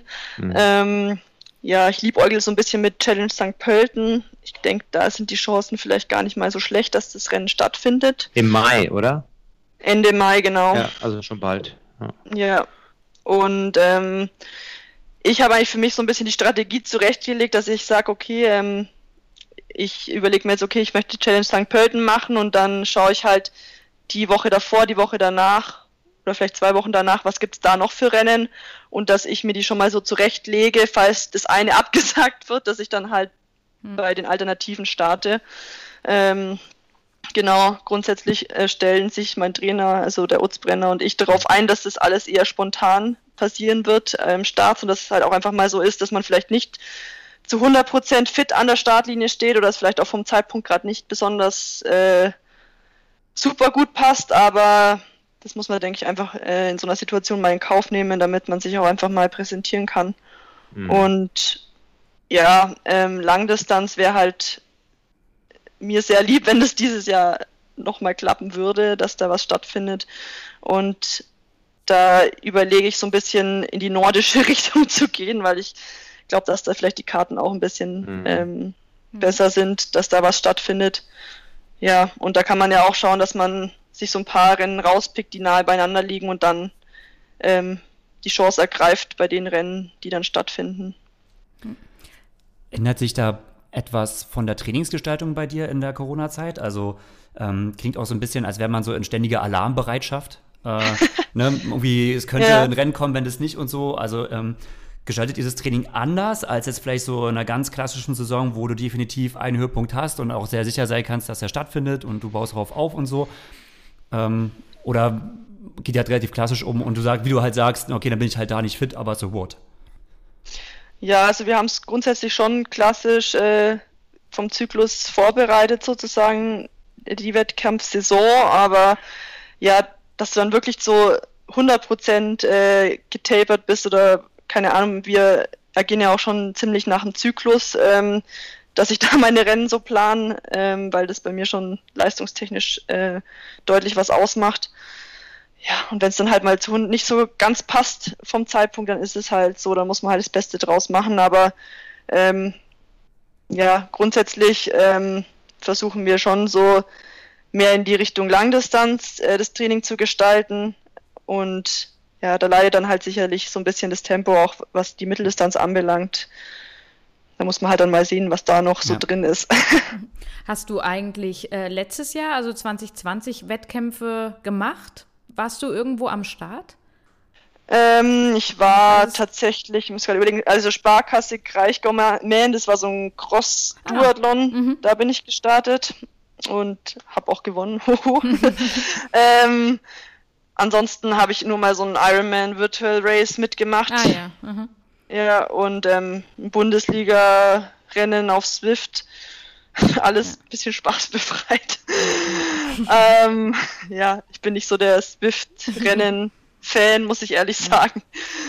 Ich liebäugle so ein bisschen mit Challenge St. Pölten. Ich denke, da sind die Chancen vielleicht gar nicht mal so schlecht, dass das Rennen stattfindet. Im Mai, oder? Ende Mai, genau. Ja, also schon bald. Ja, und ich habe eigentlich für mich so ein bisschen die Strategie zurechtgelegt, dass ich sage, okay, ich überlege mir jetzt, okay, ich möchte Challenge St. Pölten machen und dann schaue ich halt die Woche davor, die Woche danach oder vielleicht 2 Wochen danach, was gibt's da noch für Rennen und dass ich mir die schon mal so zurechtlege, falls das eine abgesagt wird, dass ich dann halt bei den Alternativen starte. Genau, grundsätzlich stellen sich mein Trainer, also der Utzbrenner und ich darauf ein, dass das alles eher spontan passieren wird im Start und dass es halt auch einfach mal so ist, dass man vielleicht nicht zu 100% fit an der Startlinie steht oder es vielleicht auch vom Zeitpunkt gerade nicht besonders super gut passt, aber das muss man, denke ich, einfach in so einer Situation mal in Kauf nehmen, damit man sich auch einfach mal präsentieren kann. Und ja, Langdistanz wäre halt mir sehr lieb, wenn das dieses Jahr nochmal klappen würde, dass da was stattfindet. Und da überlege ich so ein bisschen in die nordische Richtung zu gehen, weil ich glaube, dass da vielleicht die Karten auch ein bisschen besser sind, dass da was stattfindet. Ja, und da kann man ja auch schauen, dass man sich so ein paar Rennen rauspickt, die nahe beieinander liegen und dann die Chance ergreift bei den Rennen, die dann stattfinden. Ändert sich da etwas von der Trainingsgestaltung bei dir in der Corona-Zeit? Also klingt auch so ein bisschen, als wäre man so in ständiger Alarmbereitschaft. Irgendwie, es könnte ein Rennen kommen, wenn das nicht und so. Also gestaltet dieses Training anders als jetzt vielleicht so in einer ganz klassischen Saison, wo du definitiv einen Höhepunkt hast und auch sehr sicher sein kannst, dass er stattfindet und du baust darauf auf und so? Oder geht halt relativ klassisch um und du sagst, wie du halt sagst, okay, dann bin ich halt da nicht fit, aber so what? Ja, also wir haben es grundsätzlich schon klassisch vom Zyklus vorbereitet sozusagen, die Wettkampfsaison, aber ja, dass du dann wirklich so 100% getapert bist oder keine Ahnung, wir agieren ja auch schon ziemlich nach dem Zyklus, dass ich da meine Rennen so plan, weil das bei mir schon leistungstechnisch deutlich was ausmacht. Ja, und wenn es dann halt mal nicht so ganz passt vom Zeitpunkt, dann ist es halt so, dann muss man halt das Beste draus machen, aber grundsätzlich versuchen wir schon so mehr in die Richtung Langdistanz das Training zu gestalten und ja, da leidet dann halt sicherlich so ein bisschen das Tempo, auch was die Mitteldistanz anbelangt. Da muss man halt dann mal sehen, was da noch so drin ist. Hast du eigentlich letztes Jahr, also 2020, Wettkämpfe gemacht? Warst du irgendwo am Start? Ich war tatsächlich, ich muss gerade überlegen, also Sparkasse Kraichgau-Mähren, das war so ein Cross-Duathlon, da bin ich gestartet und habe auch gewonnen. Ansonsten habe ich nur mal so einen Ironman Virtual Race mitgemacht. Ah ja. Ja, und ein Bundesliga-Rennen auf Zwift. Alles ein bisschen spaßbefreit. Ja, ich bin nicht so der Zwift-Rennen-Fan, muss ich ehrlich sagen.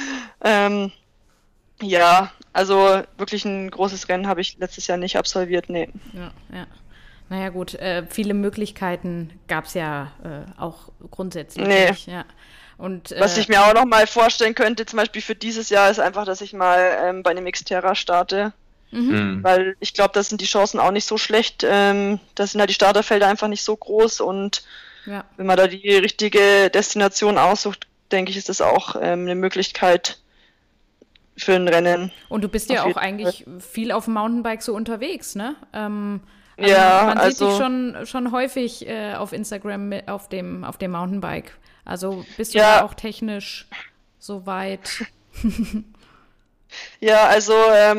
Ja, also wirklich ein großes Rennen habe ich letztes Jahr nicht absolviert, nee. Ja. Naja gut, viele Möglichkeiten gab es ja auch grundsätzlich nicht. Ja. Und, was ich mir auch noch mal vorstellen könnte, zum Beispiel für dieses Jahr, ist einfach, dass ich mal bei einem Xterra starte. Weil ich glaube, da sind die Chancen auch nicht so schlecht. Da sind halt die Starterfelder einfach nicht so groß und wenn man da die richtige Destination aussucht, denke ich, ist das auch eine Möglichkeit für ein Rennen. Und du bist ja auch eigentlich viel auf dem Mountainbike so unterwegs, ne? Man sieht dich schon häufig auf Instagram auf dem Mountainbike. Also bist du da auch technisch so weit? Ja, also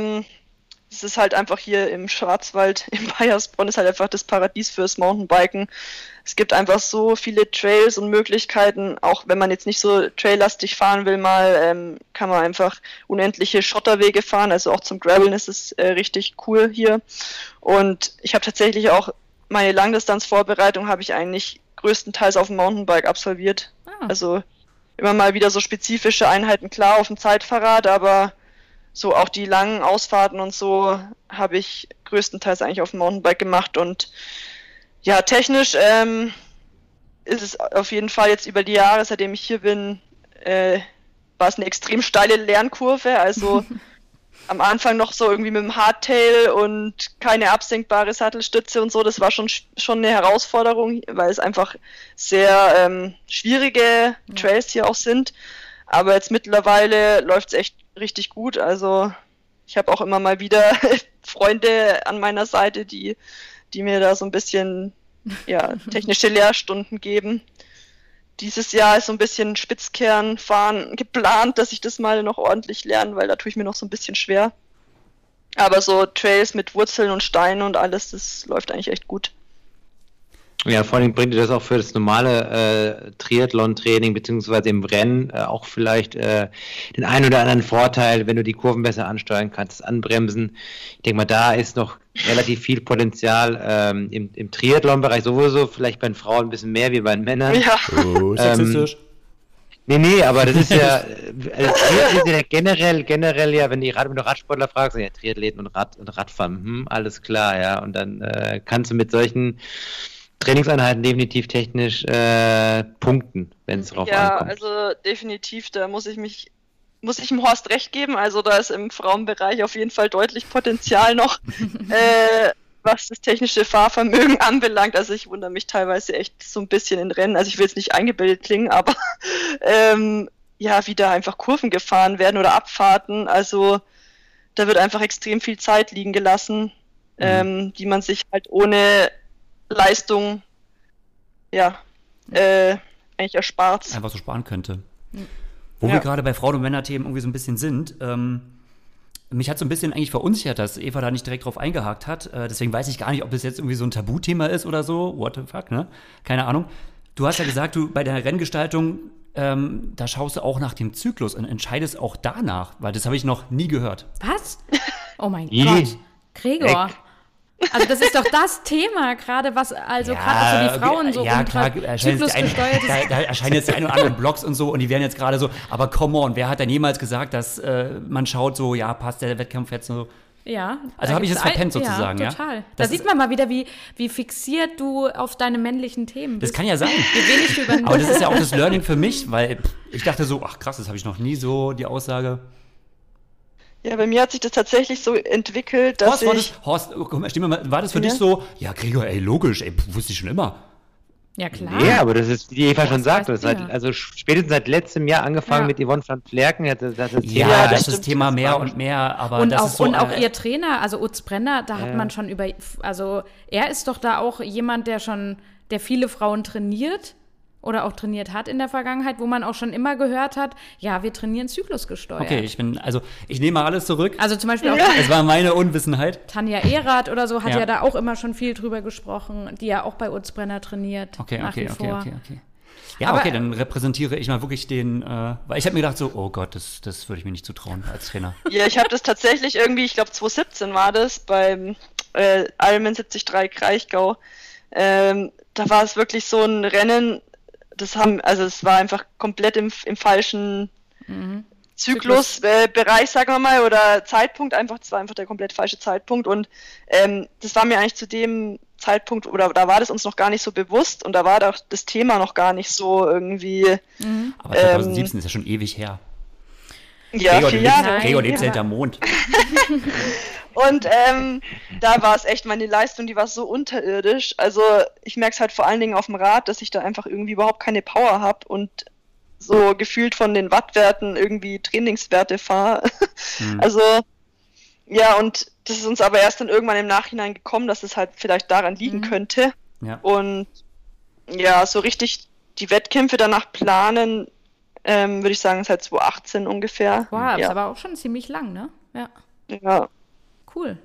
es ist halt einfach hier im Schwarzwald, im Baiersbronn ist halt einfach das Paradies fürs Mountainbiken. Es gibt einfach so viele Trails und Möglichkeiten, auch wenn man jetzt nicht so traillastig fahren will mal, kann man einfach unendliche Schotterwege fahren, also auch zum Graveln ist es richtig cool hier. Und ich habe tatsächlich auch meine Langdistanzvorbereitung habe ich eigentlich größtenteils auf dem Mountainbike absolviert. Also immer mal wieder so spezifische Einheiten, klar, auf dem Zeitfahrrad, aber so auch die langen Ausfahrten und so habe ich größtenteils eigentlich auf dem Mountainbike gemacht. Und ja, technisch ist es auf jeden Fall jetzt über die Jahre, seitdem ich hier bin, war es eine extrem steile Lernkurve. Also am Anfang noch so irgendwie mit dem Hardtail und keine absenkbare Sattelstütze und so. Das war schon eine Herausforderung, weil es einfach sehr schwierige Trails hier auch sind. Aber jetzt mittlerweile läuft es echt richtig gut. Also ich habe auch immer mal wieder Freunde an meiner Seite, die mir da so ein bisschen technische Lehrstunden geben. Dieses Jahr ist so ein bisschen Spitzkernfahren geplant, dass ich das mal noch ordentlich lerne, weil da tue ich mir noch so ein bisschen schwer. Aber so Trails mit Wurzeln und Steinen und alles, das läuft eigentlich echt gut. Ja, vor allem bringt dir das auch für das normale Triathlon-Training beziehungsweise im Rennen auch vielleicht den einen oder anderen Vorteil, wenn du die Kurven besser ansteuern kannst, das Anbremsen. Ich denke mal, da ist noch relativ viel Potenzial im Triathlon-Bereich sowieso, vielleicht bei den Frauen ein bisschen mehr wie bei den Männern. Ja. Sexistisch. Nee, aber das ist ja, ist ja generell ja, wenn du Radsportler fragst, ja, Triathleten und Radfahren, alles klar, ja, und dann kannst du mit solchen Trainingseinheiten definitiv technisch punkten, wenn es drauf ankommt. Ja, also definitiv, da muss ich dem Horst recht geben, also da ist im Frauenbereich auf jeden Fall deutlich Potenzial noch, was das technische Fahrvermögen anbelangt. Also ich wundere mich teilweise echt so ein bisschen in Rennen, also ich will jetzt nicht eingebildet klingen, aber wie da einfach Kurven gefahren werden oder Abfahrten, also da wird einfach extrem viel Zeit liegen gelassen, die man sich halt ohne Leistung eigentlich erspart. Einfach so sparen könnte. Wo wir gerade bei Frauen- und Männerthemen irgendwie so ein bisschen sind, mich hat so ein bisschen eigentlich verunsichert, dass Eva da nicht direkt drauf eingehakt hat. Deswegen weiß ich gar nicht, ob das jetzt irgendwie so ein Tabuthema ist oder so. What the fuck, ne? Keine Ahnung. Du hast ja gesagt, du bei der Renngestaltung, da schaust du auch nach dem Zyklus und entscheidest auch danach, weil das habe ich noch nie gehört. Was? Oh mein Gott. Gregor. Also das ist doch das Thema, gerade was, also gerade auch so die Frauen so zyklusgesteuert ist. Da erscheinen jetzt die ein oder anderen Blogs und so und die werden jetzt gerade so, aber come on, wer hat denn jemals gesagt, dass man schaut so, ja, passt der Wettkampf jetzt so? Ja. Also habe ich es verpennt sozusagen, ja? Total. Da sieht man mal wieder, wie fixiert du auf deine männlichen Themen bist. Das kann ja sein. Wie wenig du über aber das ist ja auch das Learning für mich, weil ich dachte so, ach krass, das habe ich noch nie so, die Aussage. Ja, bei mir hat sich das tatsächlich so entwickelt, dass Horst, war das für dich so, ja Gregor, ey, logisch, ey, wusste ich schon immer. Ja, klar. Ja, aber das ist, wie Eva schon Das sagt, weiß das hat jeder. also spätestens seit letztem Jahr angefangen Ja. mit Yvonne van Flerken. Das Ja, das stimmt, ist Thema das mehr war- und mehr, aber Und das auch, ist so. und auch ihr Trainer, also Utz Brenner, da hat Ja. man schon also er ist doch da auch jemand, der viele Frauen trainiert oder auch trainiert hat in der Vergangenheit, wo man auch schon immer gehört hat, ja, wir trainieren zyklusgesteuert. Okay, ich nehme mal alles zurück. Also zum Beispiel auch Es war meine Unwissenheit. Tanja Erath oder so hat Ja. ja da auch immer schon viel drüber gesprochen, die ja auch bei Utz Brenner trainiert. Okay. nach wie vor. Ja, Aber- okay, dann repräsentiere ich mal wirklich weil ich habe mir gedacht so, oh Gott, das würde ich mir nicht zutrauen als Trainer. Ja, ich habe das tatsächlich irgendwie, ich glaube 2017 war das, beim Ironman 73 Kraichgau. Da war es wirklich so ein Rennen, es war einfach komplett im falschen Zyklusbereich, sagen wir mal, oder Zeitpunkt einfach, das war einfach der komplett falsche Zeitpunkt und das war mir eigentlich zu dem Zeitpunkt, oder da war das uns noch gar nicht so bewusst und da war doch das Thema noch gar nicht so irgendwie, Aber 2017 ist ja schon ewig her. ja, 4 Jahre. Gregor lebt ja ja. hinterm Mond. Und da war es echt, meine Leistung, die war so unterirdisch. Also ich merke es halt vor allen Dingen auf dem Rad, dass ich da einfach irgendwie überhaupt keine Power habe und so gefühlt von den Wattwerten irgendwie Trainingswerte fahre. Also ja, und das ist uns aber erst dann irgendwann im Nachhinein gekommen, dass es halt vielleicht daran liegen könnte. Ja. Und ja, so richtig die Wettkämpfe danach planen, würde ich sagen, seit 2018 ungefähr. Wow, das ist ja. aber auch schon ziemlich lang, ne? Ja, Ja. cool.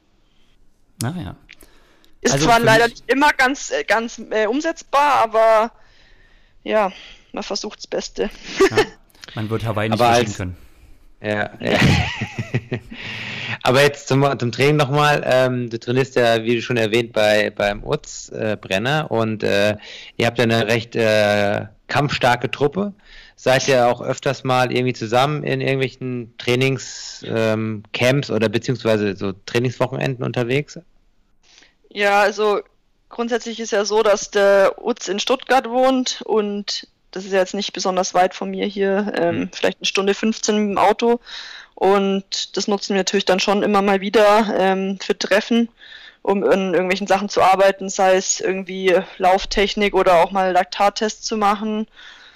Naja. Ist Also zwar für leider mich- nicht immer ganz umsetzbar, aber ja, man versucht das Beste. Ja. Man wird Hawaii nicht Aber verschieben als- können. Ja. Aber jetzt zum Training nochmal. Du trainierst ja, wie schon erwähnt, beim Utz Brenner und ihr habt ja eine recht kampfstarke Truppe. Seid ihr auch öfters mal irgendwie zusammen in irgendwelchen Trainingscamps oder beziehungsweise so Trainingswochenenden unterwegs? Ja, also grundsätzlich ist ja so, dass der Utz in Stuttgart wohnt und das ist ja jetzt nicht besonders weit von mir hier, vielleicht 1 Stunde 15 mit dem Auto. Und das nutzen wir natürlich dann schon immer mal wieder für Treffen, um in irgendwelchen Sachen zu arbeiten, sei es irgendwie Lauftechnik oder auch mal Laktattests zu machen.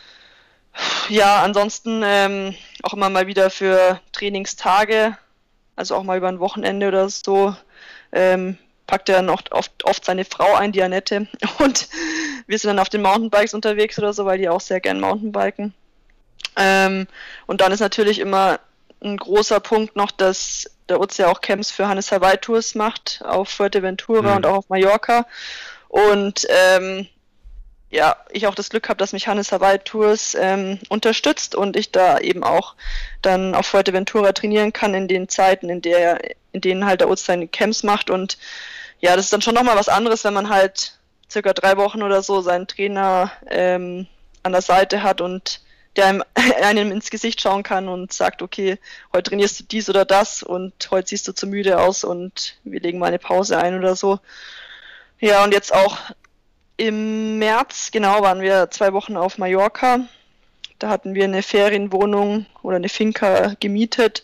Ja, ansonsten auch immer mal wieder für Trainingstage, also auch mal über ein Wochenende oder so, packt er dann auch oft seine Frau ein, die Annette. Und wir sind dann auf den Mountainbikes unterwegs oder so, weil die auch sehr gern Mountainbiken. Und dann ist natürlich immer ein großer Punkt noch, dass der Utz ja auch Camps für Hannes Hawaii Tours macht, auf Fuerteventura und auch auf Mallorca. Und ja, ich auch das Glück habe, dass mich Hannes Hawaii Tours unterstützt und ich da eben auch dann auf Fuerteventura trainieren kann in den Zeiten, in denen halt der Utz seine Camps macht. Und ja, das ist dann schon nochmal was anderes, wenn man halt circa 3 Wochen oder so seinen Trainer an der Seite hat und der einem ins Gesicht schauen kann und sagt, okay, heute trainierst du dies oder das und heute siehst du zu müde aus und wir legen mal eine Pause ein oder so. Ja, und jetzt auch im März, genau, waren wir 2 Wochen auf Mallorca. Da hatten wir eine Ferienwohnung oder eine Finca gemietet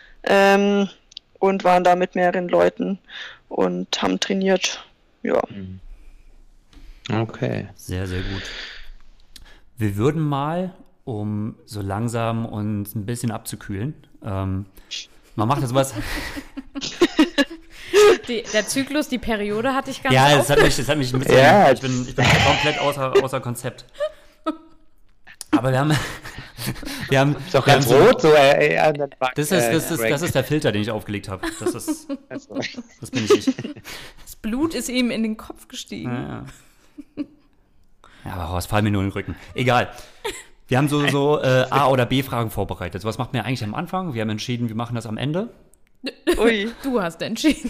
und waren da mit mehreren Leuten und haben trainiert. Ja. Okay. Sehr, sehr gut. Wir würden mal, um so langsam uns ein bisschen abzukühlen, man macht ja sowas. Der Zyklus, die Periode hatte ich ganz Ja, oft. das hat mich ein bisschen. Ja. Ich bin komplett außer Konzept. Aber wir haben. Ist doch ganz rot, so an den Backen. Das ist der Filter, den ich aufgelegt habe. Das bin ich. Das Blut ist ihm in den Kopf gestiegen. Ja, aber was fallen mir nur in den Rücken. Egal. Wir haben so A- oder B-Fragen vorbereitet. Was machen wir eigentlich am Anfang? Wir haben entschieden, wir machen das am Ende. Ui. Du hast entschieden.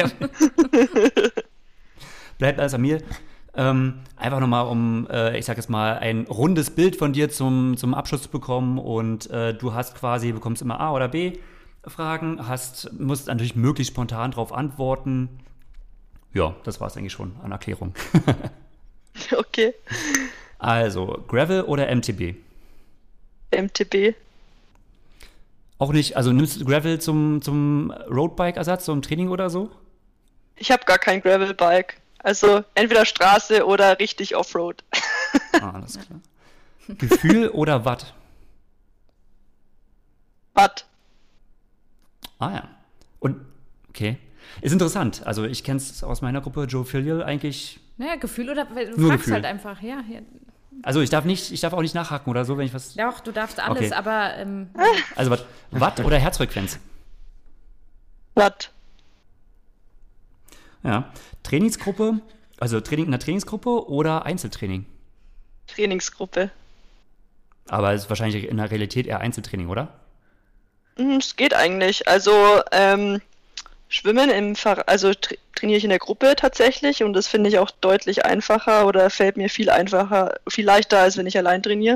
Bleibt alles an mir. Einfach nochmal, um, ich sag jetzt mal, ein rundes Bild von dir zum Abschluss zu bekommen. Und du bekommst immer A- oder B-Fragen, musst natürlich möglichst spontan darauf antworten. Ja, das war es eigentlich schon an Erklärung. Okay. Also, Gravel oder MTB? MTB. Auch nicht, also nimmst du Gravel zum Roadbike-Ersatz, zum Training oder so? Ich habe gar kein Gravelbike. Also entweder Straße oder richtig Offroad. Alles klar. Gefühl oder Watt? Watt. Ah ja. Und, okay. Ist interessant. Also ich kenne es aus meiner Gruppe, Joe Filial eigentlich. Naja, Gefühl oder du Nur fragst Gefühl. halt einfach, ja. Also ich darf auch nicht nachhaken oder so, wenn ich was. Doch, du darfst alles, Okay. aber Also Watt oder Herzfrequenz? Watt. Ja. Trainingsgruppe, also Training in der Trainingsgruppe oder Einzeltraining? Trainingsgruppe. Aber es ist wahrscheinlich in der Realität eher Einzeltraining, oder? Es geht eigentlich. Also Schwimmen trainiere ich in der Gruppe tatsächlich und das finde ich auch deutlich einfacher oder fällt mir viel einfacher, viel leichter, als wenn ich allein trainiere.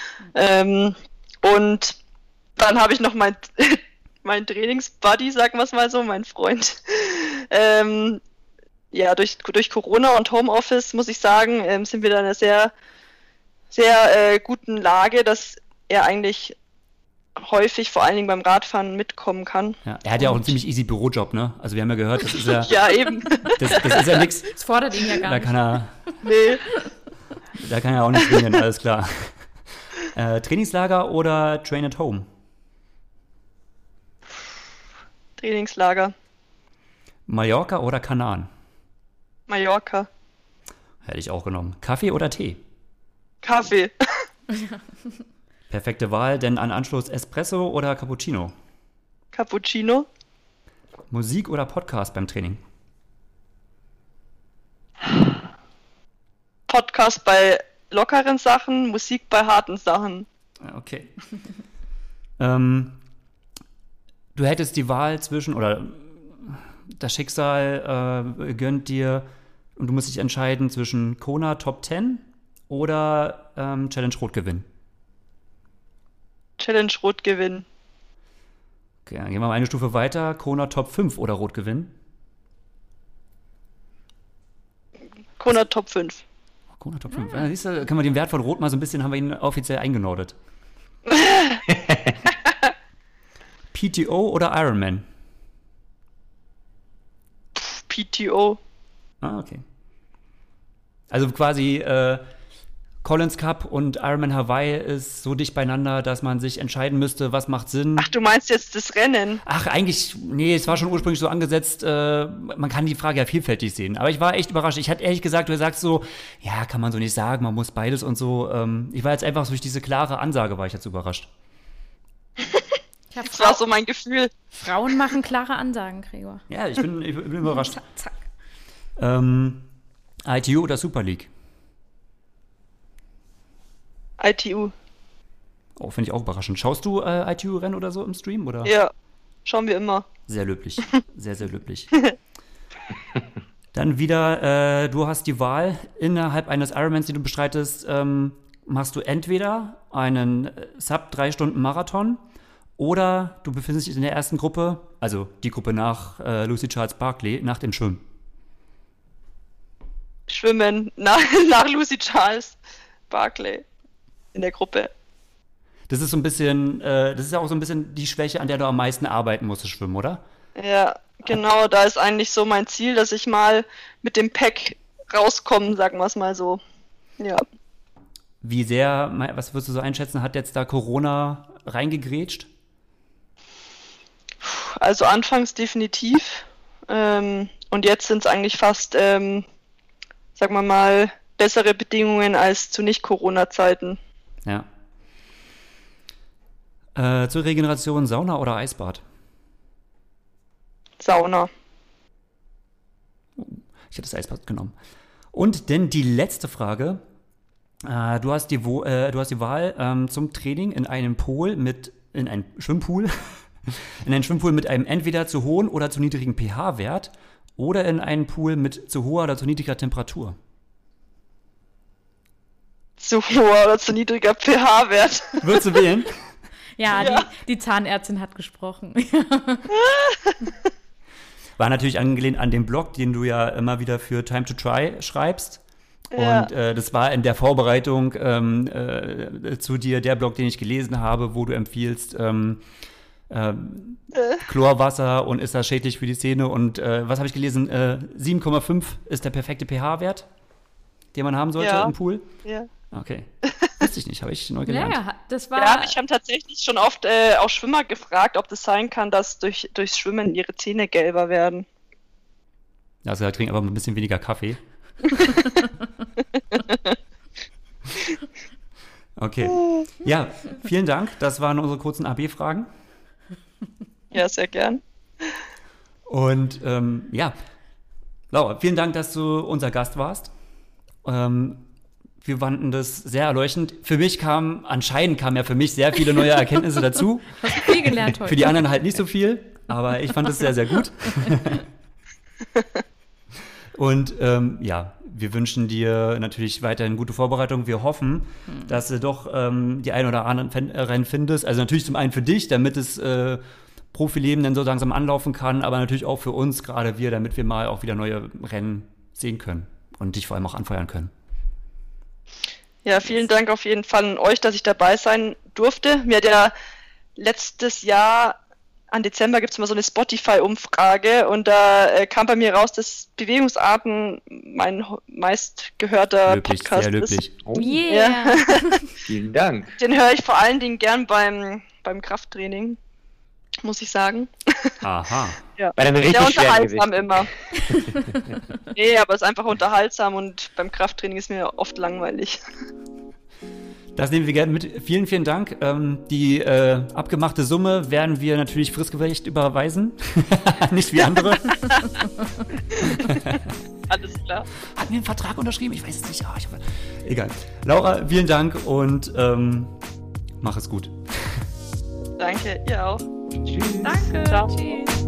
Und dann habe ich noch mein Trainingsbuddy, sagen wir es mal so, mein Freund. Ja, durch Corona und Homeoffice, muss ich sagen, sind wir da in einer sehr, sehr guten Lage, dass er eigentlich häufig, vor allen Dingen beim Radfahren, mitkommen kann. Ja, er hat ja auch einen ziemlich easy Bürojob, ne? Also wir haben ja gehört, das ist ja, Ja, eben. das ist ja nix. es fordert ihn ja gar Da nicht. kann er, Nee. da kann er auch nicht trainieren, alles klar. Trainingslager oder Train at Home? Trainingslager. Mallorca oder Kanaren? Mallorca. Hätte ich auch genommen. Kaffee oder Tee? Kaffee. Perfekte Wahl, denn an Anschluss Espresso oder Cappuccino? Cappuccino. Musik oder Podcast beim Training? Podcast bei lockeren Sachen, Musik bei harten Sachen. Okay. Du hättest die Wahl zwischen, oder das Schicksal gönnt dir, und du musst dich entscheiden zwischen Kona Top 10 oder Challenge Rot gewinnen. Challenge Rot gewinnen. Okay, dann gehen wir mal eine Stufe weiter. Kona Top 5 oder Rot gewinnen. Kona Top 5. Kona Top 5. Ja, siehst du, können wir den Wert von Rot mal so ein bisschen, haben wir ihn offiziell eingenordet. PTO oder Ironman? PTO. Ah, okay. Also quasi Collins Cup und Ironman Hawaii ist so dicht beieinander, dass man sich entscheiden müsste, was macht Sinn. Ach, du meinst jetzt das Rennen? Ach, eigentlich, nee, es war schon ursprünglich so angesetzt, man kann die Frage ja vielfältig sehen. Aber ich war echt überrascht. Ich hatte ehrlich gesagt, du sagst so, ja, kann man so nicht sagen, man muss beides und so. Ich war jetzt einfach durch diese klare Ansage, war ich jetzt überrascht. Ja, Das war so mein Gefühl. Frauen machen klare Ansagen, Gregor. Ja, ich bin überrascht. Zack, zack. ITU oder Super League? ITU. Oh, finde ich auch überraschend. Schaust du ITU-Rennen oder so im Stream? Oder? Ja, schauen wir immer. Sehr löblich. Sehr, sehr löblich. Dann wieder, du hast die Wahl, innerhalb eines Ironmans, den du bestreitest, machst du entweder einen Sub-3-Stunden-Marathon oder du befindest dich in der ersten Gruppe, also die Gruppe nach Lucy Charles Barkley, nach dem Schwimmen. Schwimmen nach Lucy Charles Barkley in der Gruppe. Das ist so ein bisschen, das ist ja auch so ein bisschen die Schwäche, an der du am meisten arbeiten musst, das Schwimmen, oder? Ja, genau, da ist eigentlich so mein Ziel, dass ich mal mit dem Pack rauskomme, sagen wir es mal so. Ja. Wie sehr, was würdest du so einschätzen, hat jetzt da Corona reingegrätscht? Also anfangs definitiv. Und jetzt sind es eigentlich fast, sagen wir mal, bessere Bedingungen als zu Nicht-Corona-Zeiten. Ja. Zur Regeneration Sauna oder Eisbad? Sauna. Ich hätte das Eisbad genommen. Und denn die letzte Frage. Du hast die Wahl zum Training in einen Schwimmpool in einen Schwimmpool mit einem entweder zu hohen oder zu niedrigen pH-Wert oder in einen Pool mit zu hoher oder zu niedriger Temperatur. Zu hoher oder zu niedriger pH-Wert. Würdest du wählen? Ja, Ja. Die Zahnärztin hat gesprochen. War natürlich angelehnt an den Blog, den du ja immer wieder für Time to Try schreibst. Ja. Und das war in der Vorbereitung zu dir der Blog, den ich gelesen habe, wo du empfiehlst, Chlorwasser und ist das schädlich für die Zähne. Und was habe ich gelesen? 7,5 ist der perfekte pH-Wert, den man haben sollte Ja. im Pool. Ja. Okay. Wusste ich nicht, habe ich neu gelernt. Ja, das war. Ja, mich haben tatsächlich schon oft auch Schwimmer gefragt, ob das sein kann, dass durchs Schwimmen ihre Zähne gelber werden. Also da trinken aber ein bisschen weniger Kaffee. Okay. Ja, vielen Dank. Das waren unsere kurzen AB-Fragen. Ja, sehr gern. Und ja, Laura, vielen Dank, dass du unser Gast warst. Wir fanden das sehr erleuchtend. Anscheinend kamen ja für mich sehr viele neue Erkenntnisse dazu. Hast du viel gelernt heute. Für die anderen halt nicht so viel, aber ich fand es sehr, sehr gut. Und ja, wir wünschen dir natürlich weiterhin gute Vorbereitung. Wir hoffen, dass du doch die ein oder anderen Rennen findest. Also natürlich zum einen für dich, damit das Profileben dann so langsam anlaufen kann, aber natürlich auch für uns, gerade wir, damit wir mal auch wieder neue Rennen sehen können und dich vor allem auch anfeuern können. Ja, vielen Dank auf jeden Fall an euch, dass ich dabei sein durfte. Mir hat ja letztes Jahr an Dezember gibt es immer so eine Spotify-Umfrage und da kam bei mir raus, dass Bewegungsarten mein meistgehörter Löblich, Podcast sehr löblich. ist. Oh, Yeah. Ja. vielen Dank. Den höre ich vor allen Dingen gern beim Krafttraining, muss ich sagen. Aha. Ja. Bei den Sehr richtig schweren unterhaltsam Gewichten. immer. Nee, aber es ist einfach unterhaltsam und beim Krafttraining ist mir oft langweilig. Das nehmen wir gerne mit. Vielen, vielen Dank. Die abgemachte Summe werden wir natürlich fristgerecht überweisen. Nicht wie andere. Alles klar. Hatten wir einen Vertrag unterschrieben? Ich weiß es nicht. Egal. Laura, vielen Dank und mach es gut. Danke, ihr auch. Tschüss. Danke. Ciao. Tschüss.